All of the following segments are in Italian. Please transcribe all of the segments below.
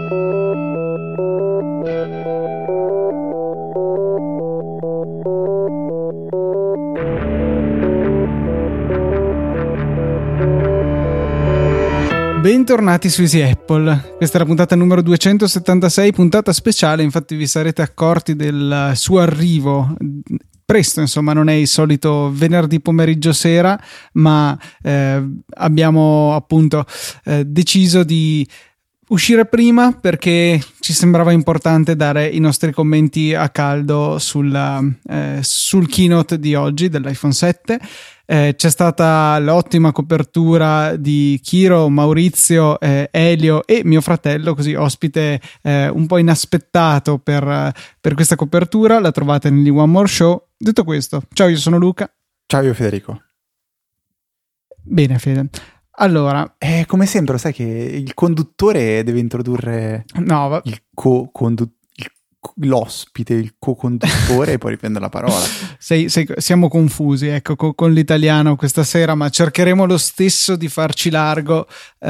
Bentornati su Easy Apple, questa è la puntata numero 276, puntata speciale, infatti vi sarete accorti del suo arrivo presto, insomma non è il solito venerdì pomeriggio sera, ma abbiamo appunto deciso di uscire prima perché ci sembrava importante dare i nostri commenti a caldo sul keynote di oggi dell'iPhone 7. C'è stata l'ottima copertura di Kiro, Maurizio, Elio e mio fratello, così ospite un po' inaspettato per questa copertura. La trovate negli One More Show. Detto questo, ciao, io sono Luca. Ciao, io Federico. Bene, Fede. Allora, come sempre, sai che il conduttore deve introdurre il l'ospite, il co-conduttore e poi riprende la parola. Siamo confusi, ecco, con l'italiano questa sera, ma cercheremo lo stesso di farci largo.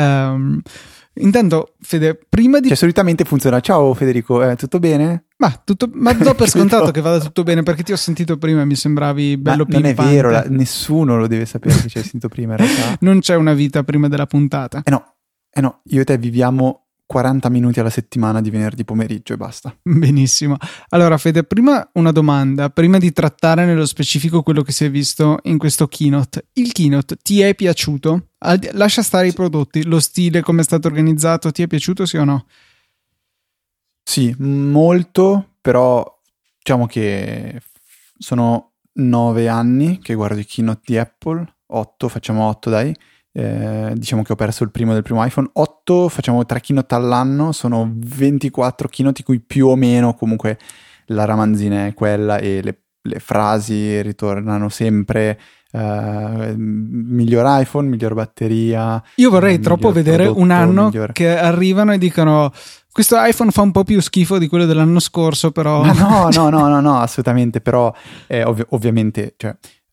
Intanto, Fede, prima di... Cioè, solitamente funziona. Ciao Federico, tutto bene? Ma do per scontato che vada tutto bene, perché ti ho sentito prima e mi sembravi bello pimpante. Non è vero, nessuno lo deve sapere che ci hai sentito prima in realtà. Non c'è una vita prima della puntata. No, io e te viviamo 40 minuti alla settimana di venerdì pomeriggio e basta. Benissimo. Allora Fede, prima una domanda, prima di trattare nello specifico quello che si è visto in questo keynote. Il keynote ti è piaciuto? Lascia stare i prodotti, lo stile, come è stato organizzato, ti è piaciuto, sì o no? Sì, molto, però diciamo che sono 9 anni che guardo i keynote di Apple, 8, facciamo 8 dai. Diciamo che ho perso il primo del primo iPhone. 8, facciamo 3 keynote all'anno, sono 24 keynote, in cui più o meno comunque la ramanzina è quella e le frasi ritornano sempre. Miglior iPhone, miglior batteria. Io vorrei troppo vedere prodotto, un anno migliore. che arrivano e dicono: questo iPhone fa un po' più schifo di quello dell'anno scorso, però. Ma no, assolutamente. Però ovviamente, cioè,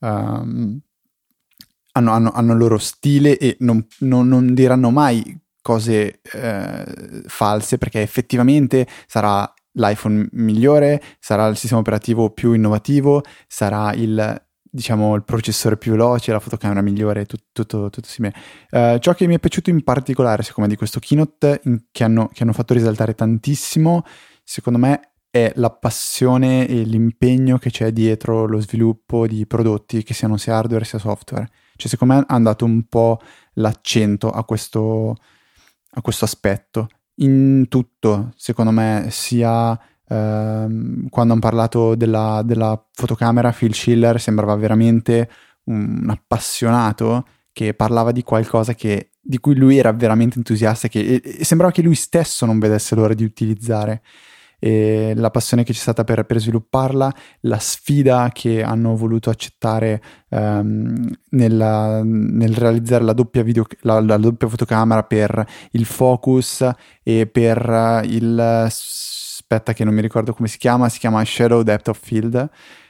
hanno il loro stile e non diranno mai cose false, perché effettivamente sarà l'iPhone migliore, sarà il sistema operativo più innovativo, sarà il processore più veloce, la fotocamera migliore, tutto simile. Ciò che mi è piaciuto in particolare, secondo me, di questo keynote, che hanno fatto risaltare tantissimo, secondo me, è la passione e l'impegno che c'è dietro lo sviluppo di prodotti, che siano sia hardware sia software. Cioè, secondo me hanno dato un po' l'accento a questo aspetto in tutto, secondo me, sia quando hanno parlato della fotocamera, Phil Schiller sembrava veramente un appassionato che parlava di qualcosa di cui lui era veramente entusiasta, e sembrava che lui stesso non vedesse l'ora di utilizzare. E la passione che c'è stata per svilupparla, la sfida che hanno voluto accettare nel realizzare la doppia la doppia fotocamera per il focus e per aspetta che non mi ricordo come si chiama Shadow Depth of Field,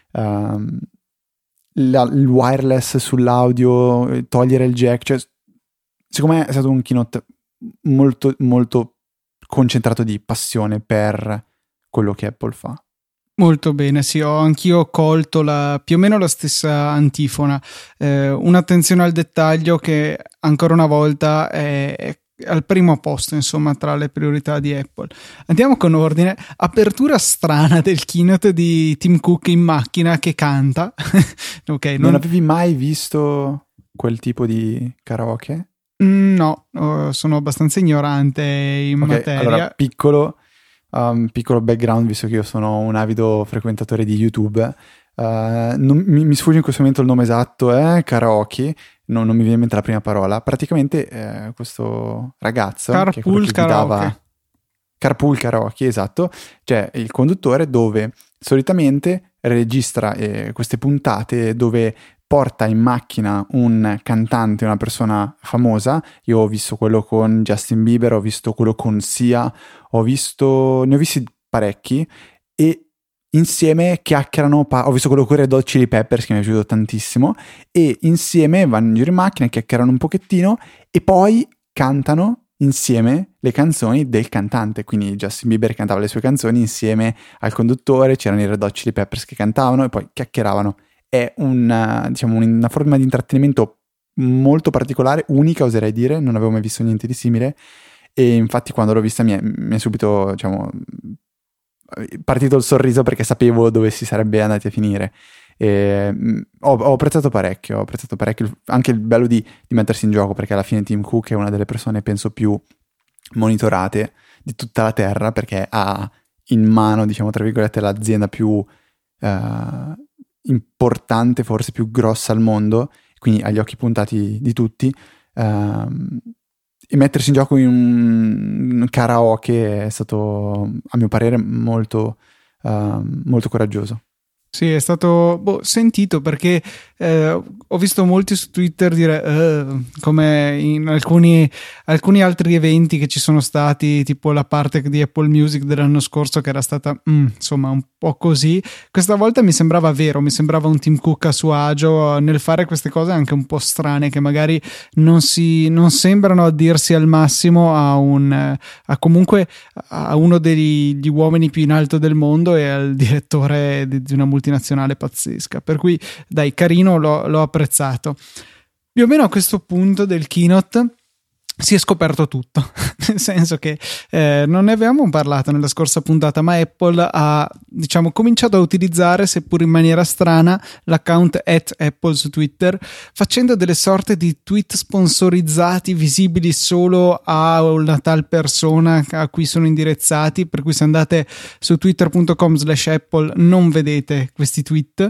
il wireless sull'audio, togliere il jack. Cioè, secondo me è stato un keynote molto molto concentrato di passione per quello che Apple fa. Molto bene, sì, ho anch'io colto più o meno la stessa antifona, un'attenzione al dettaglio che ancora una volta è al primo posto, insomma, tra le priorità di Apple. Andiamo con ordine. Apertura strana del keynote di Tim Cook in macchina che canta. Okay, non avevi mai visto quel tipo di karaoke? No, sono abbastanza ignorante in materia. Allora, piccolo background, visto che io sono un avido frequentatore di YouTube. Mi sfugge in questo momento il nome esatto, karaoke, non mi viene in mente la prima parola. Praticamente questo ragazzo Carpool Karaoke, esatto, cioè il conduttore dove solitamente registra queste puntate dove porta in macchina un cantante, una persona famosa. Io ho visto quello con Justin Bieber, ho visto quello con Sia, ne ho visti parecchi, e insieme chiacchierano, ho visto quello con Red Hot Chili Peppers che mi è piaciuto tantissimo, e insieme vanno in giro in macchina, chiacchierano un pochettino e poi cantano insieme le canzoni del cantante, quindi Justin Bieber cantava le sue canzoni insieme al conduttore, c'erano i Red Hot Chili Peppers che cantavano e poi chiacchieravano. È diciamo, una forma di intrattenimento molto particolare, unica oserei dire, non avevo mai visto niente di simile, e infatti quando l'ho vista mi è subito, diciamo, partito il sorriso perché sapevo dove si sarebbe andati a finire. Ho apprezzato parecchio anche il bello di mettersi in gioco, perché alla fine Tim Cook è una delle persone penso più monitorate di tutta la terra, perché ha in mano, diciamo tra virgolette, l'azienda più importante, forse più grossa al mondo, quindi agli occhi puntati di tutti, e mettersi in gioco in un karaoke è stato, a mio parere, molto coraggioso. Sì, è stato sentito, perché ho visto molti su Twitter dire come in alcuni altri eventi che ci sono stati, tipo la parte di Apple Music dell'anno scorso che era stata insomma un po' così. Questa volta mi sembrava vero, mi sembrava un Tim Cook a suo agio nel fare queste cose anche un po' strane, che magari non sembrano addirsi al massimo a comunque a uno degli uomini più in alto del mondo e al direttore di una multinazionale pazzesca. Per cui dai, carino, l'ho apprezzato. Più o meno a questo punto del keynote si è scoperto tutto, nel senso che non ne avevamo parlato nella scorsa puntata, ma Apple ha, diciamo, cominciato a utilizzare, seppur in maniera strana, l'account @Apple su Twitter, facendo delle sorte di tweet sponsorizzati visibili solo a una tal persona a cui sono indirizzati, per cui se andate su twitter.com/Apple non vedete questi tweet.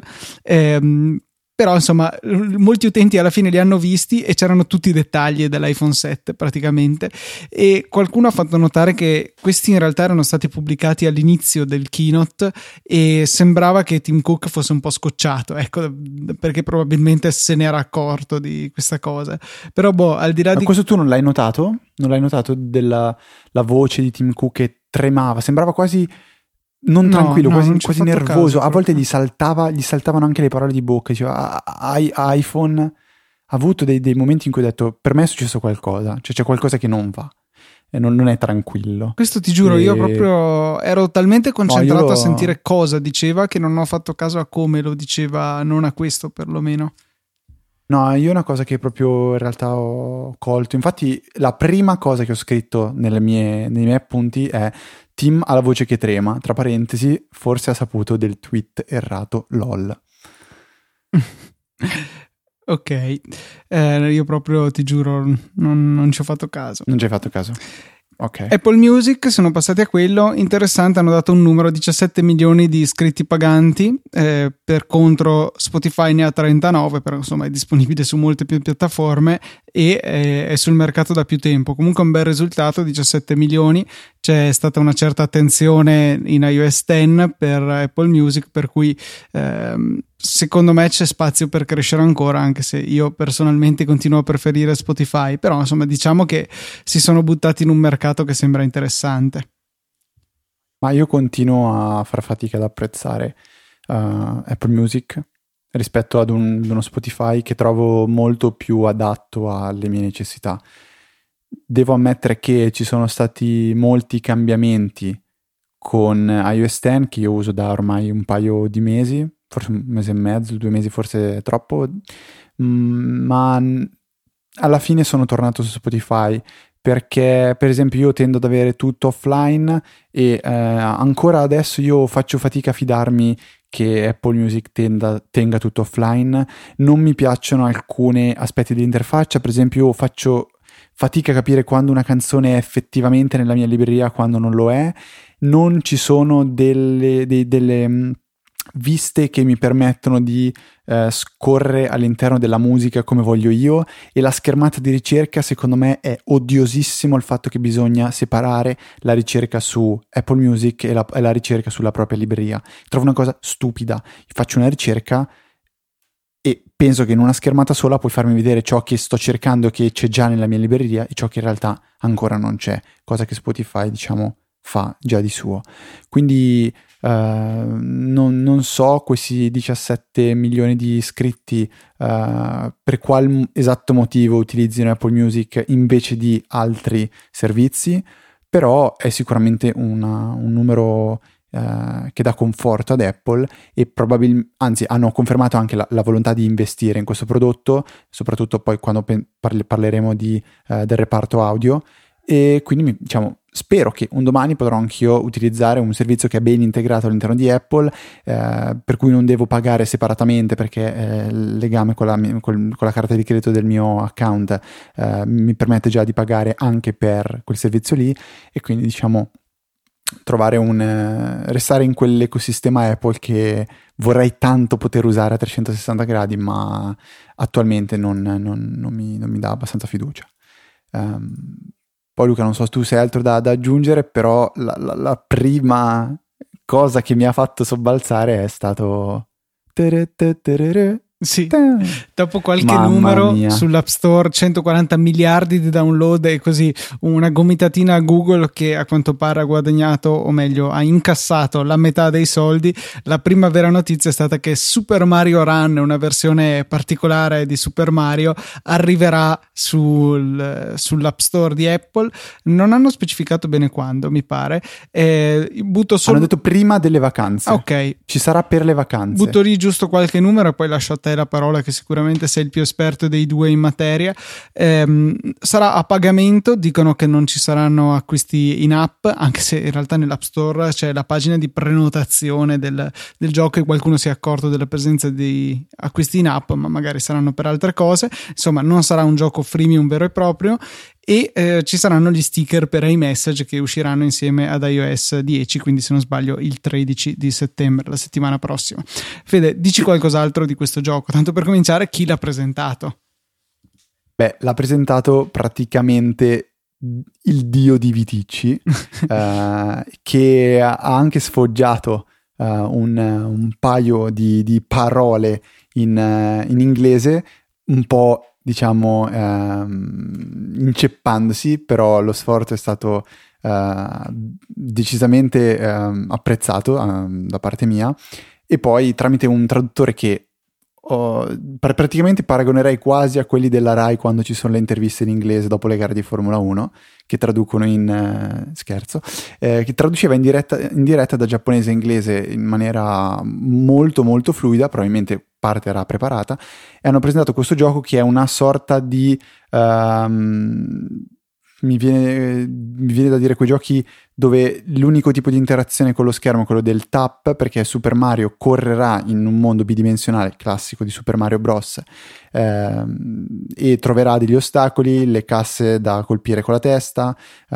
Però insomma molti utenti alla fine li hanno visti e c'erano tutti i dettagli dell'iPhone 7 praticamente, e qualcuno ha fatto notare che questi in realtà erano stati pubblicati all'inizio del keynote e sembrava che Tim Cook fosse un po' scocciato, ecco, perché probabilmente se n'era accorto di questa cosa. Però al di là di questo, tu non l'hai notato? Non l'hai notato della la voce di Tim Cook che tremava, sembrava quasi non tranquillo, quasi nervoso, a volte gli saltavano anche le parole di bocca, diceva iPhone. Ha avuto dei momenti in cui ho detto, per me è successo qualcosa, cioè c'è qualcosa che non va e non è tranquillo. Questo ti giuro, io proprio ero talmente concentrato a sentire cosa diceva che non ho fatto caso a come lo diceva, non a questo perlomeno. No, io è una cosa che proprio in realtà ho colto. Infatti la prima cosa che ho scritto nei miei appunti è: Tim ha la voce che trema, tra parentesi, forse ha saputo del tweet errato, lol. Ok, io proprio ti giuro non ci ho fatto caso. Non ci hai fatto caso? Ok. Apple Music, sono passati a quello. Interessante, hanno dato un numero: 17 milioni di iscritti paganti, per contro Spotify ne ha 39, però insomma è disponibile su molte più piattaforme e è sul mercato da più tempo. Comunque un bel risultato, 17 milioni. C'è stata una certa attenzione in iOS 10 per Apple Music, per cui secondo me c'è spazio per crescere ancora, anche se io personalmente continuo a preferire Spotify, però insomma diciamo che si sono buttati in un mercato che sembra interessante. Ma io continuo a far fatica ad apprezzare Apple Music rispetto ad uno Spotify che trovo molto più adatto alle mie necessità. Devo ammettere che ci sono stati molti cambiamenti con iOS 10 che io uso da ormai un paio di mesi, forse un mese e mezzo, 2 mesi forse è troppo, ma alla fine sono tornato su Spotify perché per esempio io tendo ad avere tutto offline e ancora adesso io faccio fatica a fidarmi che Apple Music tenga tutto offline. Non mi piacciono alcuni aspetti dell'interfaccia, per esempio io faccio fatica a capire quando una canzone è effettivamente nella mia libreria, quando non lo è. Non ci sono delle viste che mi permettono di scorrere all'interno della musica come voglio io, e la schermata di ricerca secondo me è odiosissimo, il fatto che bisogna separare la ricerca su Apple Music e la ricerca sulla propria libreria. Trovo una cosa stupida. Faccio una ricerca e penso che in una schermata sola puoi farmi vedere ciò che sto cercando che c'è già nella mia libreria e ciò che in realtà ancora non c'è, cosa che Spotify, diciamo, fa già di suo. Quindi non so questi 17 milioni di iscritti per qual esatto motivo utilizzino Apple Music invece di altri servizi, però è sicuramente un numero che dà conforto ad Apple, e anzi hanno confermato anche la volontà di investire in questo prodotto, soprattutto poi quando parleremo del reparto audio. E quindi diciamo, spero che un domani potrò anch'io utilizzare un servizio che è ben integrato all'interno di Apple, per cui non devo pagare separatamente, perché il legame con la carta di credito del mio account mi permette già di pagare anche per quel servizio lì, e quindi diciamo trovare restare in quell'ecosistema Apple che vorrei tanto poter usare a 360 gradi, ma attualmente non mi dà abbastanza fiducia. Poi Luca, non so tu se hai altro da aggiungere, però la prima cosa che mi ha fatto sobbalzare è stato sì, dopo qualche Mamma numero mia. sull'App Store, 140 miliardi di download e così una gomitatina a Google che a quanto pare ha guadagnato, o meglio ha incassato la metà dei soldi. La prima vera notizia è stata che Super Mario Run, una versione particolare di Super Mario, arriverà sull'App Store di Apple. Non hanno specificato bene quando, mi pare. Butto solo... Hanno detto prima delle vacanze. Ok. Ci sarà per le vacanze. Butto lì giusto qualche numero e poi lascio a te la parola, che sicuramente sei il più esperto dei due in materia. Sarà a pagamento, dicono che non ci saranno acquisti in app, anche se in realtà nell'App Store c'è la pagina di prenotazione del gioco e qualcuno si è accorto della presenza di acquisti in app, ma magari saranno per altre cose. Insomma, non sarà un gioco freemium vero e proprio, e ci saranno gli sticker per iMessage che usciranno insieme ad iOS 10, quindi se non sbaglio il 13 di settembre, la settimana prossima. Fede, dici qualcos'altro di questo gioco, tanto per cominciare, chi l'ha presentato? Beh, l'ha presentato praticamente il dio di Viticci, che ha anche sfoggiato un paio di parole in inglese, un po' diciamo inceppandosi, però lo sforzo è stato decisamente apprezzato da parte mia, e poi tramite un traduttore che praticamente paragonerei quasi a quelli della Rai quando ci sono le interviste in inglese dopo le gare di Formula 1, che traducono che traduceva in diretta da giapponese a inglese in maniera molto molto fluida, probabilmente parte era preparata, e hanno presentato questo gioco che è una sorta di mi viene da dire quei giochi dove l'unico tipo di interazione con lo schermo è quello del tap, perché Super Mario correrà in un mondo bidimensionale classico di Super Mario Bros. E troverà degli ostacoli, le casse da colpire con la testa,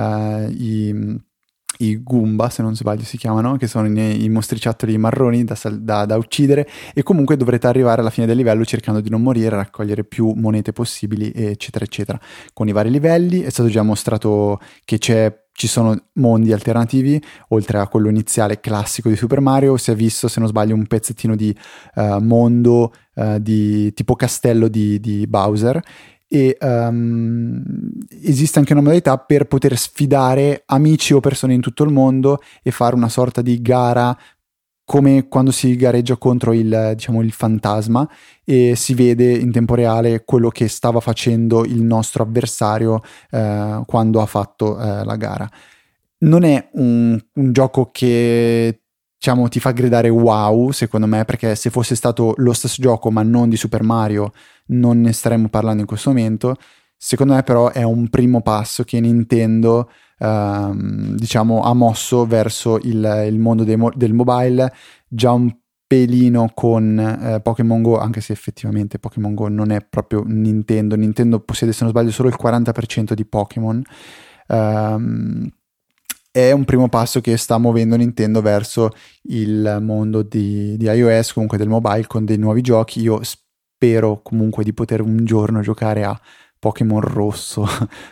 i Goomba, se non sbaglio si chiamano, che sono i mostriciattoli marroni da uccidere, e comunque dovrete arrivare alla fine del livello cercando di non morire, raccogliere più monete possibili, eccetera eccetera. Con i vari livelli è stato già mostrato che ci sono mondi alternativi oltre a quello iniziale classico di Super Mario. Si è visto, se non sbaglio, un pezzettino di mondo di tipo castello di Bowser, e esiste anche una modalità per poter sfidare amici o persone in tutto il mondo e fare una sorta di gara, come quando si gareggia contro il fantasma, e si vede in tempo reale quello che stava facendo il nostro avversario quando ha fatto la gara. Non è un gioco che ti fa gridare wow, secondo me, perché se fosse stato lo stesso gioco ma non di Super Mario non ne staremmo parlando in questo momento. Secondo me però è un primo passo che Nintendo ha mosso verso il mondo del mobile, già un pelino con Pokémon Go, anche se effettivamente Pokémon Go non è proprio Nintendo possiede, se non sbaglio, solo il 40% di Pokémon. È un primo passo che sta muovendo Nintendo verso il mondo di iOS, comunque del mobile, con dei nuovi giochi. Io spero comunque di poter un giorno giocare a Pokémon rosso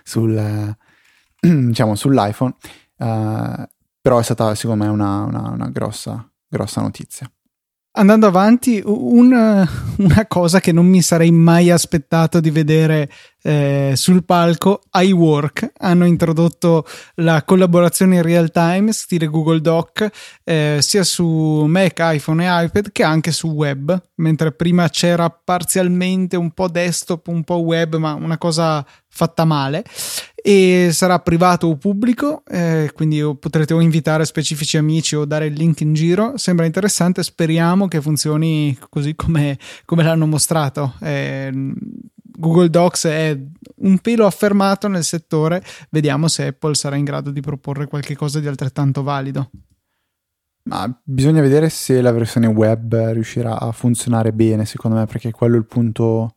sull'iPhone, però è stata secondo me una grossa notizia. Andando avanti, una cosa che non mi sarei mai aspettato di vedere sul palco, iWork hanno introdotto la collaborazione in real time stile Google Doc sia su Mac, iPhone e iPad che anche su web, mentre prima c'era parzialmente un po' desktop, un po' web, ma una cosa fatta male. E sarà privato o pubblico, quindi potrete o invitare specifici amici o dare il link in giro. Sembra interessante, speriamo che funzioni così come l'hanno mostrato. Google Docs è un pelo affermato nel settore, vediamo se Apple sarà in grado di proporre qualche cosa di altrettanto valido. Ma bisogna vedere se la versione web riuscirà a funzionare bene, secondo me, perché quello è il punto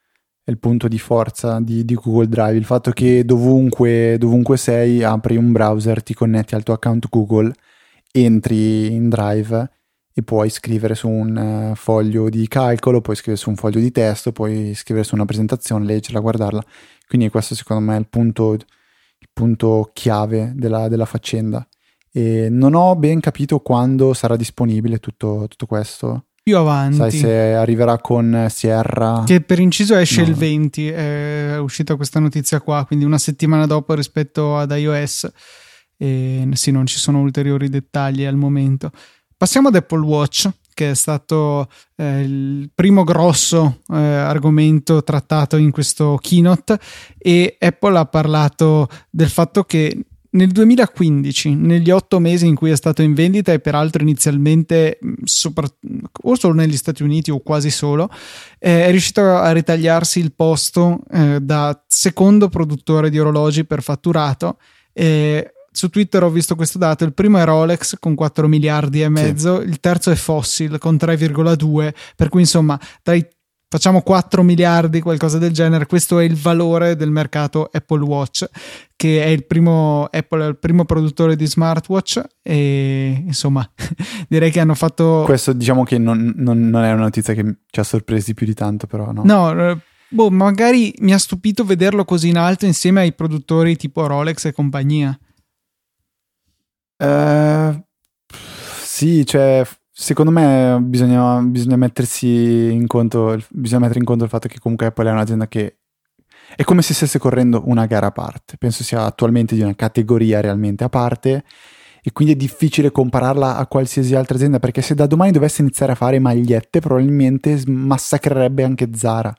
di forza di Google Drive, il fatto che dovunque sei, apri un browser, ti connetti al tuo account Google, entri in Drive e puoi scrivere su un foglio di calcolo, puoi scrivere su un foglio di testo, puoi scrivere su una presentazione, leggerla, guardarla. Quindi questo secondo me è il punto chiave della faccenda. E non ho ben capito quando sarà disponibile tutto questo. Più avanti. Sai se arriverà con Sierra? Che per inciso esce il 20, è uscita questa notizia qua, quindi una settimana dopo rispetto ad iOS. E sì, non ci sono ulteriori dettagli al momento. Passiamo ad Apple Watch, che è stato il primo grosso argomento trattato in questo keynote, e Apple ha parlato del fatto che nel 2015, negli 8 mesi in cui è stato in vendita e peraltro inizialmente o solo negli Stati Uniti o quasi solo, è riuscito a ritagliarsi il posto da secondo produttore di orologi per fatturato. Su Twitter ho visto questo dato: il primo è Rolex con 4 miliardi e mezzo, sì. Il terzo è Fossil con 3,2, per cui insomma facciamo 4 miliardi, qualcosa del genere. Questo è il valore del mercato Apple Watch, che è Apple è il primo produttore di smartwatch, e insomma direi che hanno fatto... Questo diciamo che non è una notizia che ci ha sorpresi più di tanto, però no. No, magari mi ha stupito vederlo così in alto insieme ai produttori tipo Rolex e compagnia. Sì, cioè... Secondo me bisogna mettersi in conto, bisogna mettere in conto il fatto che comunque Apple è un'azienda che è come se stesse correndo una gara a parte. Penso sia attualmente di una categoria realmente a parte, e quindi è difficile compararla a qualsiasi altra azienda, perché se da domani dovesse iniziare a fare magliette probabilmente massacrerebbe anche Zara.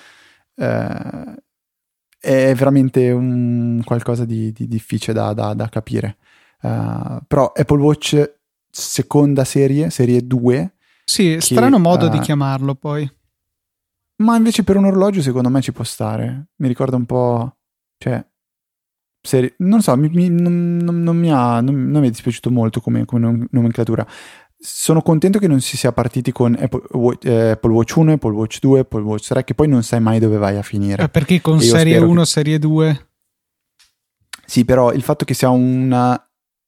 È veramente qualcosa di difficile da capire. Però Apple Watch seconda serie 2. Sì, strano modo di chiamarlo poi. Ma invece per un orologio secondo me ci può stare. Mi ricorda un po'... Cioè... non so, non mi è dispiaciuto molto come nomenclatura. Sono contento che non si sia partiti con Apple Watch 1, Apple Watch 2, Apple Watch 3, che poi non sai mai dove vai a finire. Perché con serie 1, serie 2? Sì, però il fatto che sia una...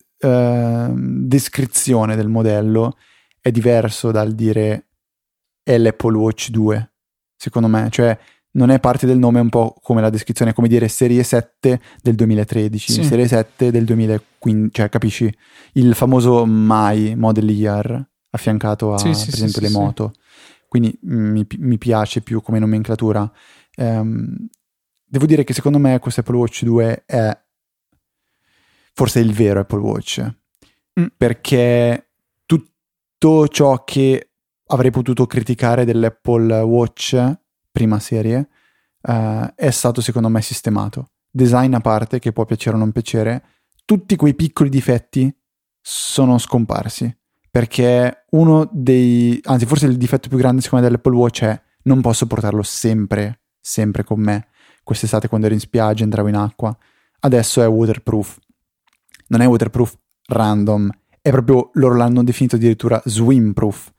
descrizione del modello è diverso dal dire è l'Apple Watch 2, secondo me. Cioè non è parte del nome, un po' come la descrizione, è come dire serie 7 del 2013, sì. Serie 7 del 2015, cioè capisci il famoso My Model Year affiancato a per esempio le moto. Quindi mi piace più come nomenclatura. Devo dire che secondo me questo Apple Watch 2 è forse il vero Apple Watch, perché tutto ciò che avrei potuto criticare dell'Apple Watch prima serie è stato secondo me sistemato. Design a parte, che può piacere o non piacere, tutti quei piccoli difetti sono scomparsi, perché forse il difetto più grande secondo me dell'Apple Watch è non posso portarlo sempre con me. Quest'estate quando ero in spiaggia entravo in acqua, adesso è waterproof. Non è waterproof random, è proprio, loro l'hanno definito addirittura swimproof,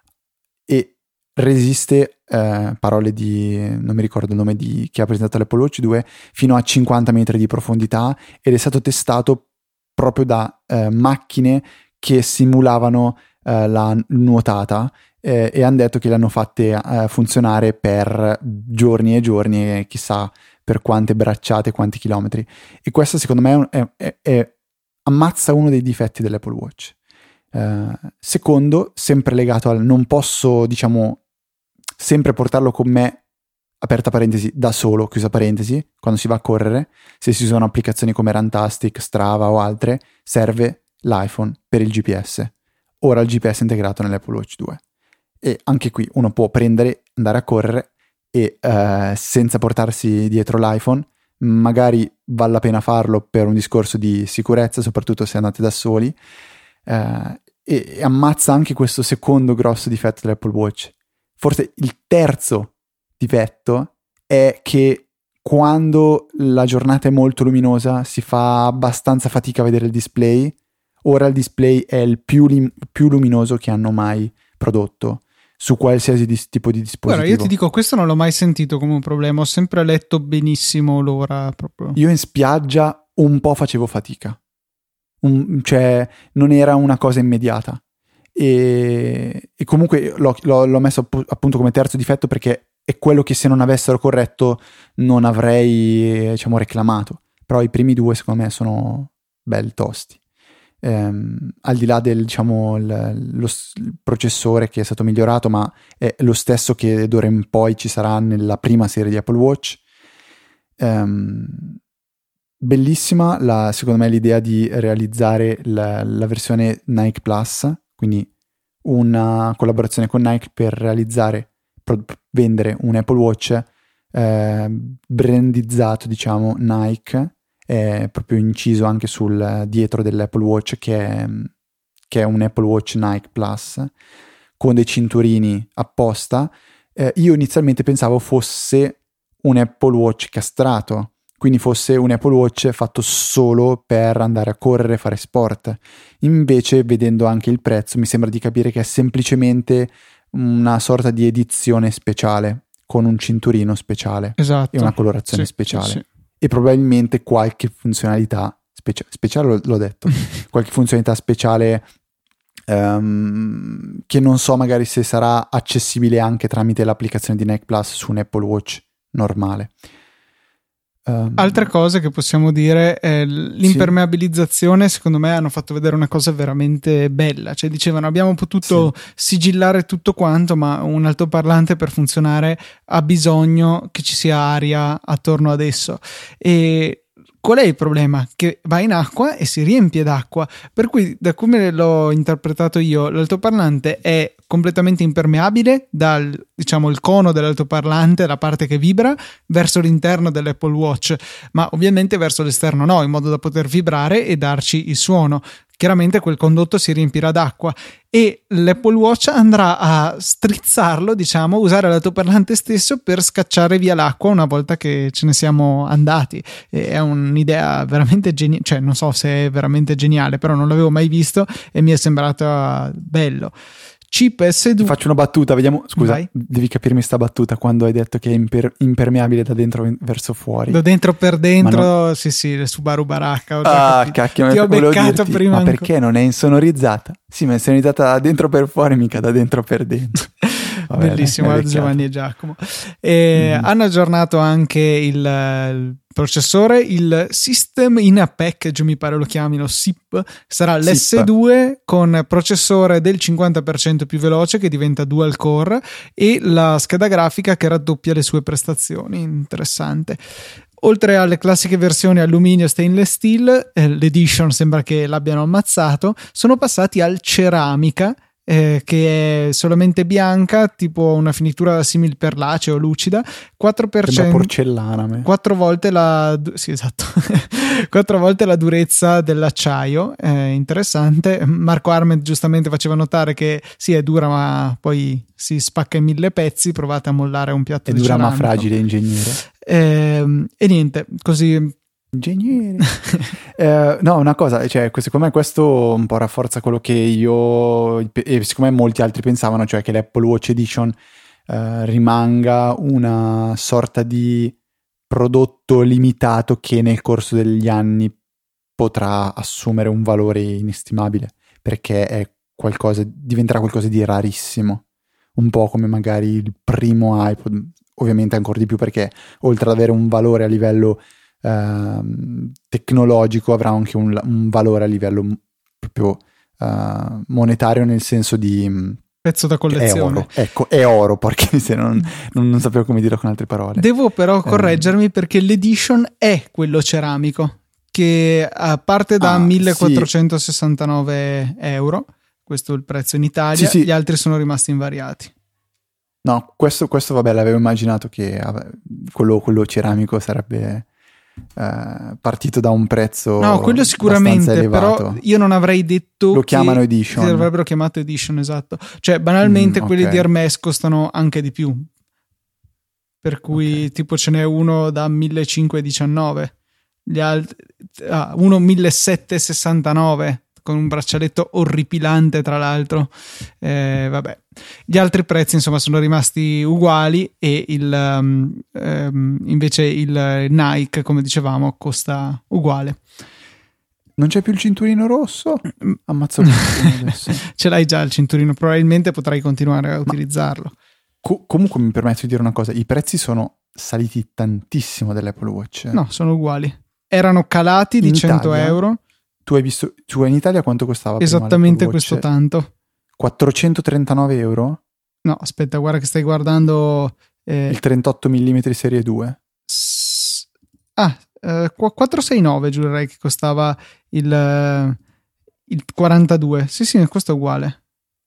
e resiste, parole di, non mi ricordo il nome di chi ha presentato l'Apple Watch 2, fino a 50 metri di profondità, ed è stato testato proprio da macchine che simulavano la nuotata, e hanno detto che le hanno fatte funzionare per giorni e giorni, e chissà per quante bracciate, quanti chilometri. E questo secondo me è ammazza uno dei difetti dell'Apple Watch. Secondo, sempre legato al non posso, diciamo, sempre portarlo con me, aperta parentesi, da solo, chiusa parentesi, quando si va a correre. Se si usano applicazioni come Runtastic, Strava o altre, serve l'iPhone per il GPS. Ora il GPS è integrato nell'Apple Watch 2. E anche qui uno può andare a correre e senza portarsi dietro l'iPhone, magari vale la pena farlo per un discorso di sicurezza, soprattutto se andate da soli, e ammazza anche questo secondo grosso difetto dell'Apple Watch. Forse il terzo difetto è che quando la giornata è molto luminosa si fa abbastanza fatica a vedere il display. Ora il display è il più luminoso che hanno mai prodotto su qualsiasi tipo di dispositivo. Guarda, io ti dico, questo non l'ho mai sentito come un problema, ho sempre letto benissimo l'ora proprio. Io in spiaggia un po' facevo fatica, cioè non era una cosa immediata, e comunque l'ho messo appunto come terzo difetto perché è quello che se non avessero corretto non avrei, diciamo, reclamato. Però i primi due secondo me sono belli tosti. Al di là del, diciamo, il processore che è stato migliorato, ma è lo stesso che d'ora in poi ci sarà nella prima serie di Apple Watch. Bellissima secondo me l'idea di realizzare la versione Nike Plus, quindi una collaborazione con Nike per vendere un Apple Watch brandizzato, diciamo, Nike, è proprio inciso anche sul dietro dell'Apple Watch che è un Apple Watch Nike Plus con dei cinturini apposta. Io inizialmente pensavo fosse un Apple Watch castrato, quindi fosse un Apple Watch fatto solo per andare a correre e fare sport. Invece, vedendo anche il prezzo, mi sembra di capire che è semplicemente una sorta di edizione speciale con un cinturino speciale, esatto, e una colorazione speciale. Sì. E probabilmente qualche funzionalità speciale l'ho detto, qualche funzionalità speciale che non so magari se sarà accessibile anche tramite l'applicazione di Nike Plus su un Apple Watch normale. Altre cose che possiamo dire è l'impermeabilizzazione. Secondo me hanno fatto vedere una cosa veramente bella, cioè dicevano abbiamo potuto sigillare tutto quanto, ma un altoparlante per funzionare ha bisogno che ci sia aria attorno ad esso. E qual è il problema? Che va in acqua e si riempie d'acqua, per cui da come l'ho interpretato io, l'altoparlante è completamente impermeabile dal, diciamo, il cono dell'altoparlante, la parte che vibra, verso l'interno dell'Apple Watch, ma ovviamente verso l'esterno no, in modo da poter vibrare e darci il suono. Chiaramente quel condotto si riempirà d'acqua e l'Apple Watch andrà a strizzarlo, diciamo, usare l'altoparlante stesso per scacciare via l'acqua una volta che ce ne siamo andati. E è un'idea veramente geniale, cioè non so se è veramente geniale, però non l'avevo mai visto e mi è sembrato bello. Chip S2. Faccio una battuta, vediamo. Scusa, vai. Devi capirmi sta battuta quando hai detto che è impermeabile da dentro verso fuori. Da dentro per dentro, non... sì, il Subaru Baracca. Cacchio, ti ho beccato dirti, prima. Ma perché non è insonorizzata? Sì, ma è insonorizzata da dentro per fuori, mica da dentro per dentro. Vabbè, bellissimo, Giovanni e Giacomo. Hanno aggiornato anche il processore, il System in a Package, mi pare lo chiamino SIP, sarà l'S2 con processore del 50% più veloce che diventa dual core e la scheda grafica che raddoppia le sue prestazioni. Interessante. Oltre alle classiche versioni alluminio stainless steel, l'edition sembra che l'abbiano ammazzato, sono passati al ceramica, che è solamente bianca, tipo una finitura simile perlaceo lucida, 4%, sembra porcellana, 4 volte la sì, esatto 4 volte la durezza dell'acciaio. Interessante. Marco Arment giustamente faceva notare che sì, è dura ma poi si spacca in 1000 pezzi, provate a mollare un piatto di ceramico. È dura ma fragile, ingegnere. E niente, così ingegneri. No, una cosa, cioè, secondo me questo un po' rafforza quello che io e secondo me molti altri pensavano, cioè che l'Apple Watch Edition rimanga una sorta di prodotto limitato che nel corso degli anni potrà assumere un valore inestimabile, perché è diventerà qualcosa di rarissimo, un po' come magari il primo iPod, ovviamente ancora di più perché oltre ad avere un valore a livello tecnologico avrà anche un valore a livello proprio monetario nel senso di pezzo da collezione. È oro, ecco, è oro, porca miseria, non sapevo come dirlo con altre parole. Devo però correggermi perché l'edition è quello ceramico, che parte da 1469 euro, questo è il prezzo in Italia, sì. Gli altri sono rimasti invariati. No, questo vabbè, l'avevo immaginato che quello ceramico sarebbe partito da un prezzo quello sicuramente, però io non avrei detto lo chiamano edition. Che l'avrebbero chiamato edition, esatto. Cioè banalmente quelli di Hermès costano anche di più, per cui tipo ce n'è uno da 1519, gli altri uno 1769 con un braccialetto orripilante tra l'altro. Vabbè, gli altri prezzi insomma sono rimasti uguali e invece il Nike, come dicevamo, costa uguale. Non c'è più il cinturino rosso? Ammazzo adesso. Ce l'hai già il cinturino, probabilmente potrai continuare a utilizzarlo. Comunque mi permetto di dire una cosa, i prezzi sono saliti tantissimo dell'Apple Watch. No, sono uguali. Erano calati di 100 euro. Tu hai visto, in Italia quanto costava? Esattamente questo tanto. 439 euro? No, aspetta, guarda che stai guardando... il 38 mm serie 2. 469 giurerei che costava il 42. Sì, questo è uguale.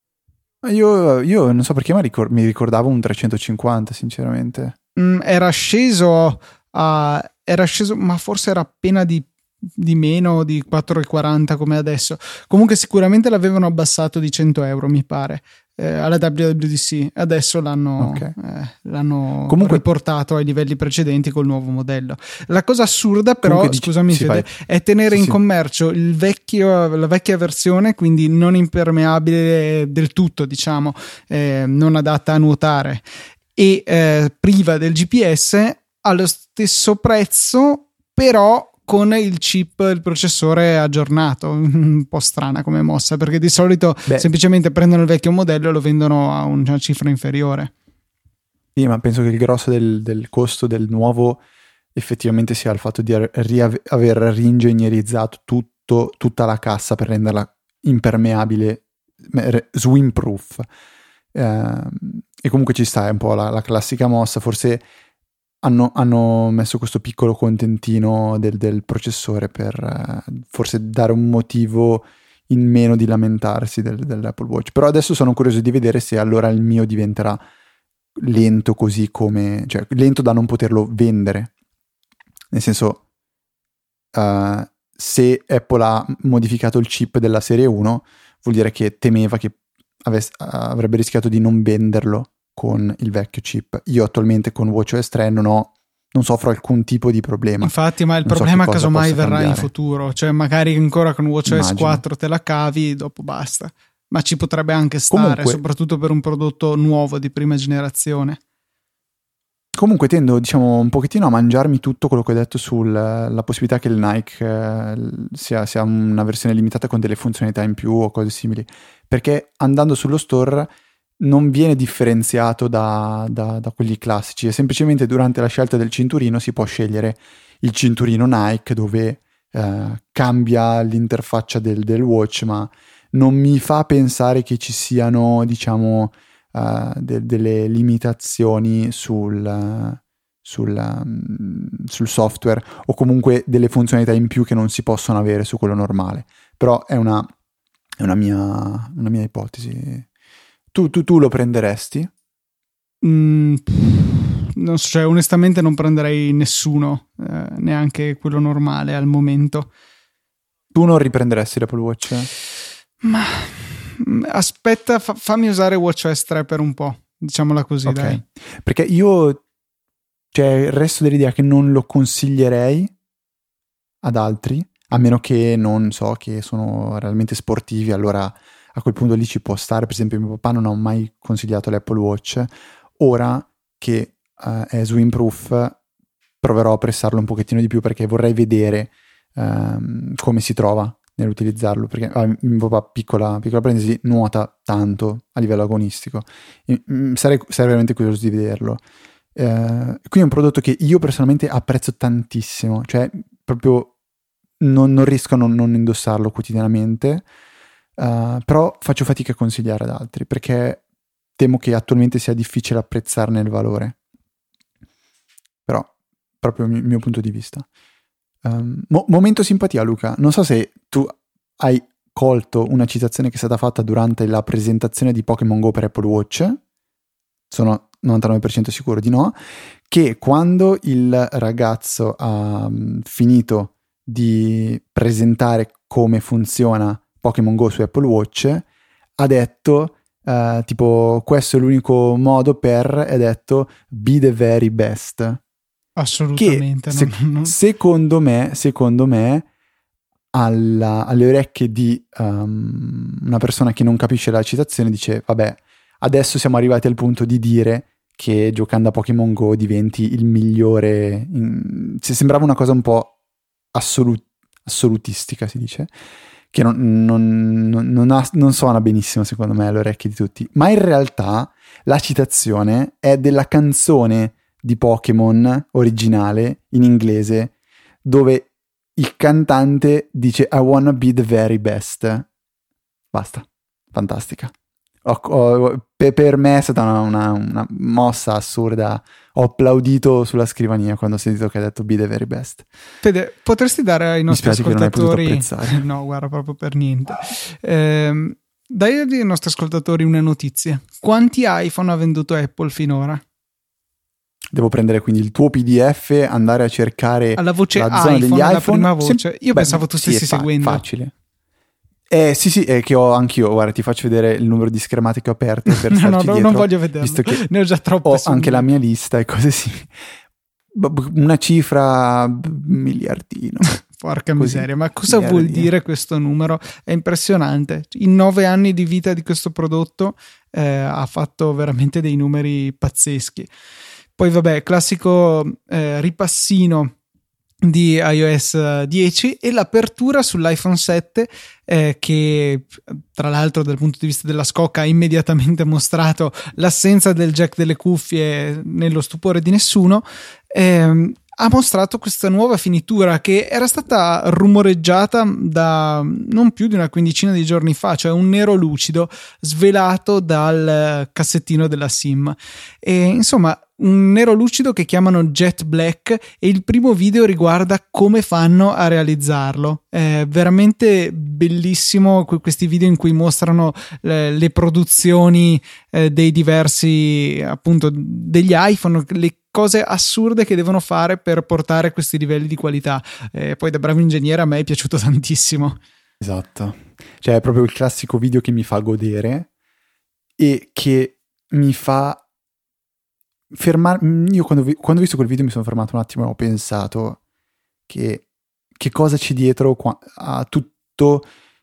Io non so perché, ma mi ricordavo un 350, sinceramente. Era sceso, ma forse era appena di meno di 4,40 come adesso. Comunque sicuramente l'avevano abbassato di 100 euro, mi pare, alla WWDC. Adesso l'hanno riportato ai livelli precedenti col nuovo modello. La cosa assurda però, scusami Fede, è tenere in commercio la vecchia versione, quindi non impermeabile del tutto, diciamo, non adatta a nuotare e priva del GPS allo stesso prezzo, però con il chip, il processore aggiornato. Un po' strana come mossa, perché di solito semplicemente prendono il vecchio modello e lo vendono a una cifra inferiore. Sì, ma penso che il grosso del costo del nuovo effettivamente sia il fatto di aver reingegnerizzato tutta la cassa per renderla impermeabile, swim proof. E comunque ci sta, è un po' la classica mossa. Forse hanno messo questo piccolo contentino del processore per forse dare un motivo in meno di lamentarsi dell'Apple Watch. Però adesso sono curioso di vedere se allora il mio diventerà lento così come, cioè lento da non poterlo vendere, nel senso se Apple ha modificato il chip della serie 1 vuol dire che temeva che avrebbe rischiato di non venderlo con il vecchio chip. Io attualmente con WatchOS 3 non soffro alcun tipo di problema. Infatti, ma il problema casomai verrà in futuro, cioè magari ancora con WatchOS 4 te la cavi, dopo basta. Ma ci potrebbe anche stare, comunque, soprattutto per un prodotto nuovo di prima generazione. Comunque tendo, diciamo, un pochettino a mangiarmi tutto quello che ho detto sulla possibilità che il Nike sia una versione limitata con delle funzionalità in più o cose simili, perché andando sullo store non viene differenziato da quelli classici, e semplicemente durante la scelta del cinturino si può scegliere il cinturino Nike dove cambia l'interfaccia del watch, ma non mi fa pensare che ci siano, diciamo, delle limitazioni sul software o comunque delle funzionalità in più che non si possono avere su quello normale. Però è una mia ipotesi. Tu lo prenderesti? Non so, cioè, onestamente non prenderei nessuno, neanche quello normale al momento. Tu non riprenderesti l'Apple Watch? Ma aspetta, fammi usare WatchOS 3 per un po', diciamola così, okay. Dai. Perché io, cioè, resto dell'idea che non lo consiglierei ad altri, a meno che non so che sono realmente sportivi, allora a quel punto lì ci può stare. Per esempio mio papà non ha mai consigliato l'Apple Watch. Ora che è swim proof proverò a pressarlo un pochettino di più, perché vorrei vedere come si trova nell'utilizzarlo, perché mio papà, piccola parentesi, nuota tanto a livello agonistico, sarei veramente curioso di vederlo. Qui è un prodotto che io personalmente apprezzo tantissimo, cioè proprio non riesco a non indossarlo quotidianamente. però faccio fatica a consigliare ad altri perché temo che attualmente sia difficile apprezzarne il valore. Però, proprio il mio punto di vista. Momento simpatia, Luca. Non so se tu hai colto una citazione che è stata fatta durante la presentazione di Pokémon Go per Apple Watch. Sono 99% sicuro di no. Che quando il ragazzo ha finito di presentare come funziona Pokémon Go su Apple Watch, ha detto tipo questo è l'unico modo per, è detto be the very best. Assolutamente. Che secondo me alle orecchie di una persona che non capisce la citazione dice vabbè, adesso siamo arrivati al punto di dire che giocando a Pokémon Go diventi il migliore. Sembrava una cosa un po' assolutistica, si dice, che non suona benissimo secondo me alle orecchie di tutti. Ma in realtà la citazione è della canzone di Pokémon originale in inglese, dove il cantante dice I wanna be the very best. Basta, fantastica. Per me è stata una mossa assurda. Ho applaudito sulla scrivania quando ho sentito che ha detto be the very best. Fede, potresti dare ai nostri ascoltatori no, guarda, proprio per niente. Dai ai nostri ascoltatori una notizia. Quanti iPhone ha venduto Apple finora? Devo prendere quindi il tuo PDF, andare a cercare alla voce la zona iPhone, degli iPhone. La prima voce. Io pensavo tu stessi seguendo. Facile. Sì, è che ho anch'io, guarda, ti faccio vedere il numero di schermate che ho aperte per no, dietro, non voglio vederlo, visto che ne ho già troppe. Ho anche la mia lista e cose simili. Una cifra miliardino. Porca miseria, ma cosa vuol dire questo numero? È impressionante. In 9 anni di vita di questo prodotto ha fatto veramente dei numeri pazzeschi. Poi vabbè, classico ripassino di iOS 10 e l'apertura sull'iPhone 7 che tra l'altro dal punto di vista della scocca ha immediatamente mostrato l'assenza del jack delle cuffie nello stupore di nessuno. Ha mostrato questa nuova finitura che era stata rumoreggiata da non più di una quindicina di giorni fa, cioè un nero lucido svelato dal cassettino della SIM. E insomma, un nero lucido che chiamano Jet Black, e il primo video riguarda come fanno a realizzarlo. È veramente bellissimo questi video in cui mostrano le produzioni dei diversi, appunto, degli iPhone, le cose assurde che devono fare per portare questi livelli di qualità. Poi da bravo ingegnere a me è piaciuto tantissimo. Esatto, cioè è proprio il classico video che mi fa godere e che mi fa fermare. Io quando ho visto quel video mi sono fermato un attimo e ho pensato che cosa c'è dietro a tutto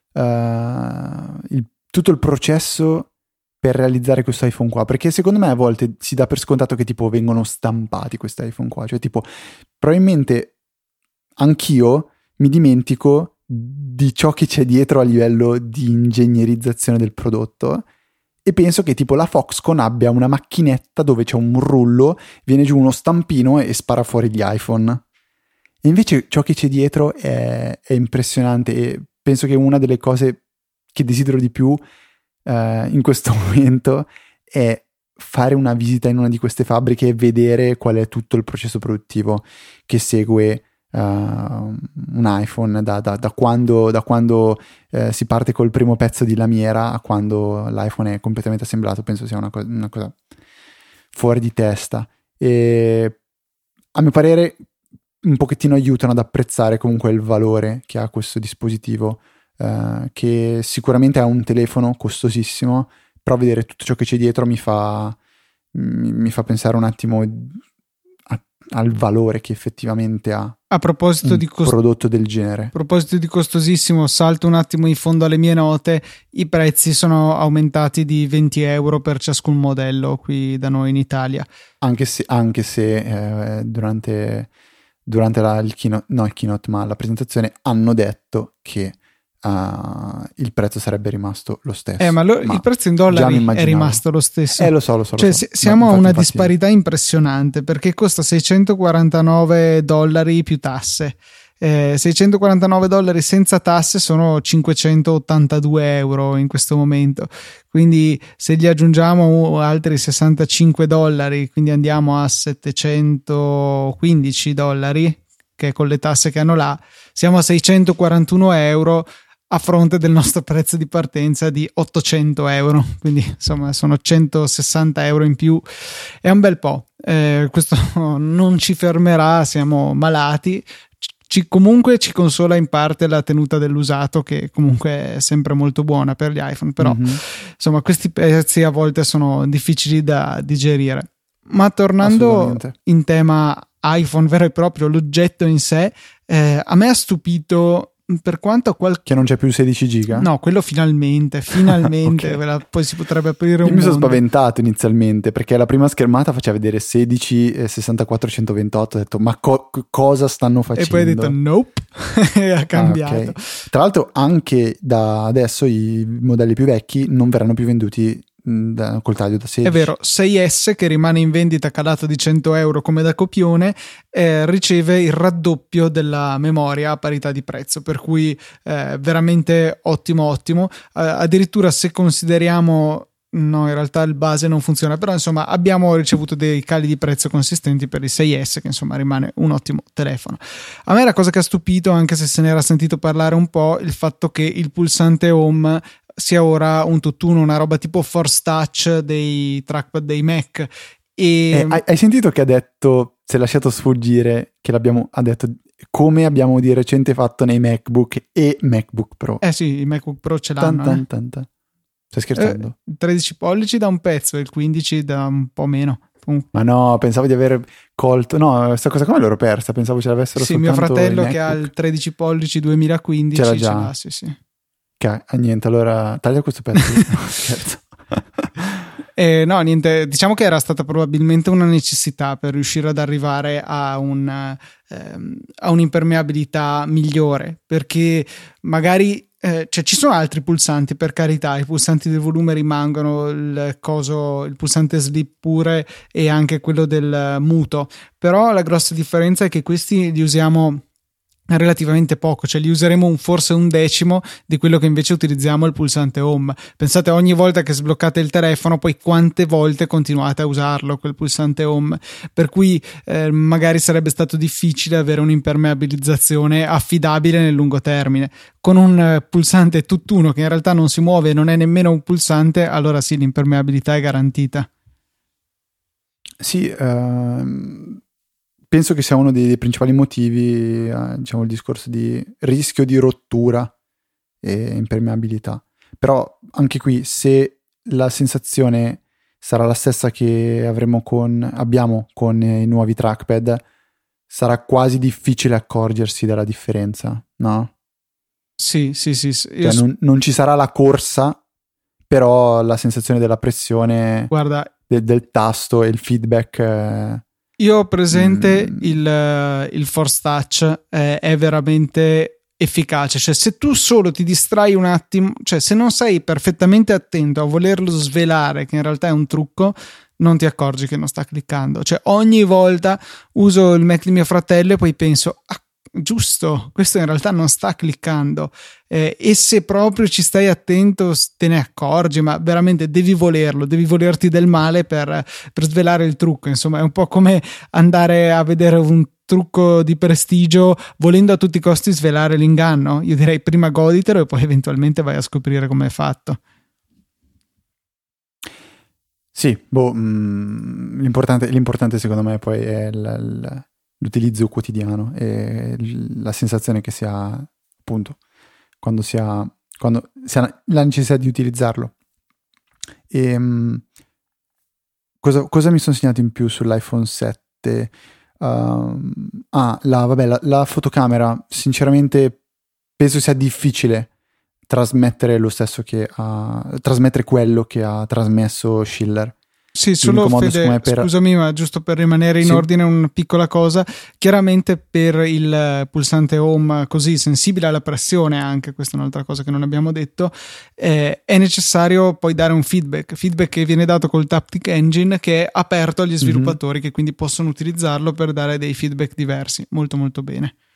il processo per realizzare questo iPhone qua, perché secondo me a volte si dà per scontato che tipo vengono stampati questi iPhone qua, cioè tipo probabilmente anch'io mi dimentico di ciò che c'è dietro a livello di ingegnerizzazione del prodotto e penso che tipo la Foxconn abbia una macchinetta dove c'è un rullo, viene giù uno stampino e spara fuori gli iPhone, e invece ciò che c'è dietro è impressionante, e penso che una delle cose che desidero di più in questo momento è fare una visita in una di queste fabbriche e vedere qual è tutto il processo produttivo che segue un iPhone da quando si parte col primo pezzo di lamiera a quando l'iPhone è completamente assemblato. Penso sia una cosa fuori di testa, e a mio parere un pochettino aiutano ad apprezzare comunque il valore che ha questo dispositivo, che sicuramente ha un telefono costosissimo, però vedere tutto ciò che c'è dietro mi fa pensare un attimo al valore che effettivamente ha a proposito un di prodotto del genere. A proposito di costosissimo, salto un attimo in fondo alle mie note: i prezzi sono aumentati di 20 euro per ciascun modello qui da noi in Italia, anche se durante il keynote, ma la presentazione hanno detto che il prezzo sarebbe rimasto lo stesso. Ma il prezzo in dollari è rimasto lo stesso. Lo so. Cioè, siamo a una disparità impressionante, perché costa $649 più tasse. $649 senza tasse sono 582 euro in questo momento, quindi se gli aggiungiamo altri $65, quindi andiamo a $715, che con le tasse che hanno là siamo a 641 euro a fronte del nostro prezzo di partenza di 800 euro, quindi insomma sono 160 euro in più, è un bel po'. Questo non ci fermerà, siamo malati. Comunque ci consola in parte la tenuta dell'usato, che comunque è sempre molto buona per gli iPhone, però insomma questi prezzi a volte sono difficili da digerire. Ma tornando in tema iPhone vero e proprio, l'oggetto in sé, a me ha stupito, per quanto che non c'è più 16 giga? No, quello finalmente okay. Poi si potrebbe aprire un Io mi sono spaventato inizialmente, perché la prima schermata faceva vedere 16, 64, 128, ho detto ma cosa stanno facendo? E poi hai detto nope, e ha cambiato. Okay. Tra l'altro anche da adesso i modelli più vecchi non verranno più venduti col taglio da 16. È vero, 6S, che rimane in vendita calato di 100 euro come da copione, riceve il raddoppio della memoria a parità di prezzo, per cui veramente ottimo. Addirittura se consideriamo, no, in realtà il base non funziona, però insomma abbiamo ricevuto dei cali di prezzo consistenti per il 6S, che insomma rimane un ottimo telefono. A me la cosa che ha stupito, anche se se ne era sentito parlare un po', il fatto che il pulsante home sia ora un tutt'uno, una roba tipo Force Touch dei trackpad dei Mac. E hai sentito che ha detto, si è lasciato sfuggire, che ha detto come abbiamo di recente fatto nei MacBook e MacBook Pro. Sì, i MacBook Pro ce l'hanno. Stai scherzando? Il 13 pollici da un pezzo e il 15 da un po' meno. Ma no, pensavo di aver colto. No, questa cosa come l'ero persa, pensavo ce l'avessero soltanto. Sì, mio fratello che ha il 13 pollici 2015 ce l'ha già. Ce l'ha, sì. Niente, allora taglia questo pezzo. No, scherzo. No, niente, diciamo che era stata probabilmente una necessità per riuscire ad arrivare a un'impermeabilità migliore, perché magari ci sono altri pulsanti, per carità, i pulsanti del volume rimangono, il pulsante sleep pure, e anche quello del muto, però la grossa differenza è che questi li usiamo relativamente poco, cioè li useremo forse un decimo di quello che invece utilizziamo il pulsante home. Pensate, ogni volta che sbloccate il telefono, poi quante volte continuate a usarlo quel pulsante home, per cui magari sarebbe stato difficile avere un'impermeabilizzazione affidabile nel lungo termine. Con un pulsante tutt'uno che in realtà non si muove e non è nemmeno un pulsante, allora sì, l'impermeabilità è garantita. Sì, penso che sia uno dei principali motivi, diciamo, il discorso di rischio di rottura e impermeabilità. Però anche qui, se la sensazione sarà la stessa che abbiamo con i nuovi trackpad, sarà quasi difficile accorgersi della differenza, no? Sì. Cioè, non ci sarà la corsa, però la sensazione della pressione, guarda, del tasto e il feedback. Io ho presente il Force Touch, è veramente efficace, cioè se tu solo ti distrai un attimo, cioè se non sei perfettamente attento a volerlo svelare che in realtà è un trucco, non ti accorgi che non sta cliccando. Cioè ogni volta uso il Mac di mio fratello e poi penso giusto, questo in realtà non sta cliccando, e se proprio ci stai attento te ne accorgi, ma veramente devi volerti del male per svelare il trucco. Insomma, è un po' come andare a vedere un trucco di prestigio volendo a tutti i costi svelare l'inganno. Io direi prima goditelo e poi eventualmente vai a scoprire come è fatto. Sì, l'importante secondo me poi è l'utilizzo quotidiano e la sensazione che si ha, appunto, quando si ha la necessità di utilizzarlo. E cosa mi sono segnato in più sull'iPhone 7? La fotocamera, sinceramente penso sia difficile trasmettere trasmettere quello che ha trasmesso Schiller. Sì, solo Fede, scusami, ma giusto per rimanere in ordine, una piccola cosa. Chiaramente per il pulsante home così sensibile alla pressione, anche questa è un'altra cosa che non abbiamo detto, è necessario poi dare un feedback che viene dato col Taptic Engine, che è aperto agli sviluppatori, che quindi possono utilizzarlo per dare dei feedback diversi. Molto molto bene.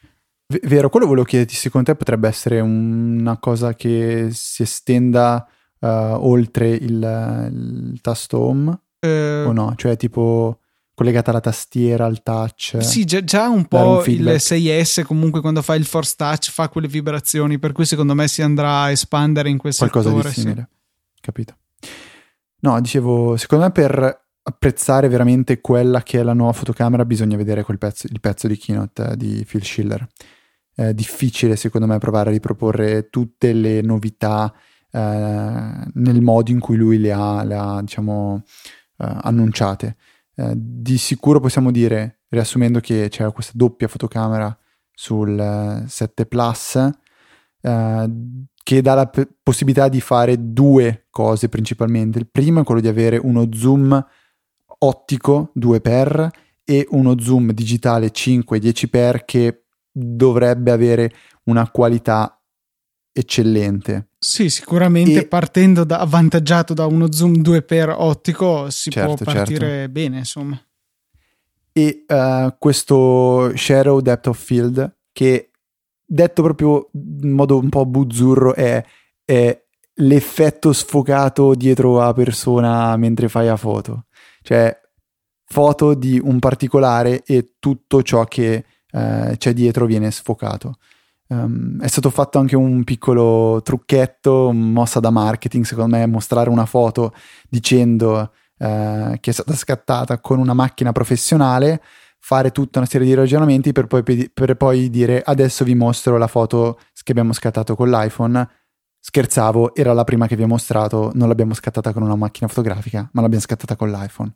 Vero, quello volevo chiederti, secondo te potrebbe essere una cosa che si estenda oltre il tasto home o no? Cioè tipo collegata alla tastiera, al touch? Sì, già un po' il 6S comunque quando fa il Force Touch fa quelle vibrazioni, per cui secondo me si andrà a espandere in quel qualcosa settore. Di simile, sì. Capito. No, dicevo, secondo me per apprezzare veramente quella che è la nuova fotocamera bisogna vedere il pezzo di keynote di Phil Schiller. È difficile secondo me provare a riproporre tutte le novità nel modo in cui lui le ha diciamo annunciate. Di sicuro possiamo dire, riassumendo, che c'è questa doppia fotocamera sul 7 Plus che dà la possibilità di fare due cose principalmente. Il primo è quello di avere uno zoom ottico 2x e uno zoom digitale 5-10x che dovrebbe avere una qualità eccellente. Sì, sicuramente partendo avvantaggiato da uno zoom 2x ottico si può partire bene, insomma. E questo Shadow Depth of Field, che detto proprio in modo un po' buzzurro è l'effetto sfocato dietro a persona mentre fai la foto. Cioè foto di un particolare e tutto ciò che c'è dietro viene sfocato. È stato fatto anche un piccolo trucchetto, mossa da marketing secondo me, mostrare una foto dicendo che è stata scattata con una macchina professionale, fare tutta una serie di ragionamenti per poi dire adesso vi mostro la foto che abbiamo scattato con l'iPhone. Scherzavo, era la prima che vi ho mostrato, non l'abbiamo scattata con una macchina fotografica ma l'abbiamo scattata con l'iPhone.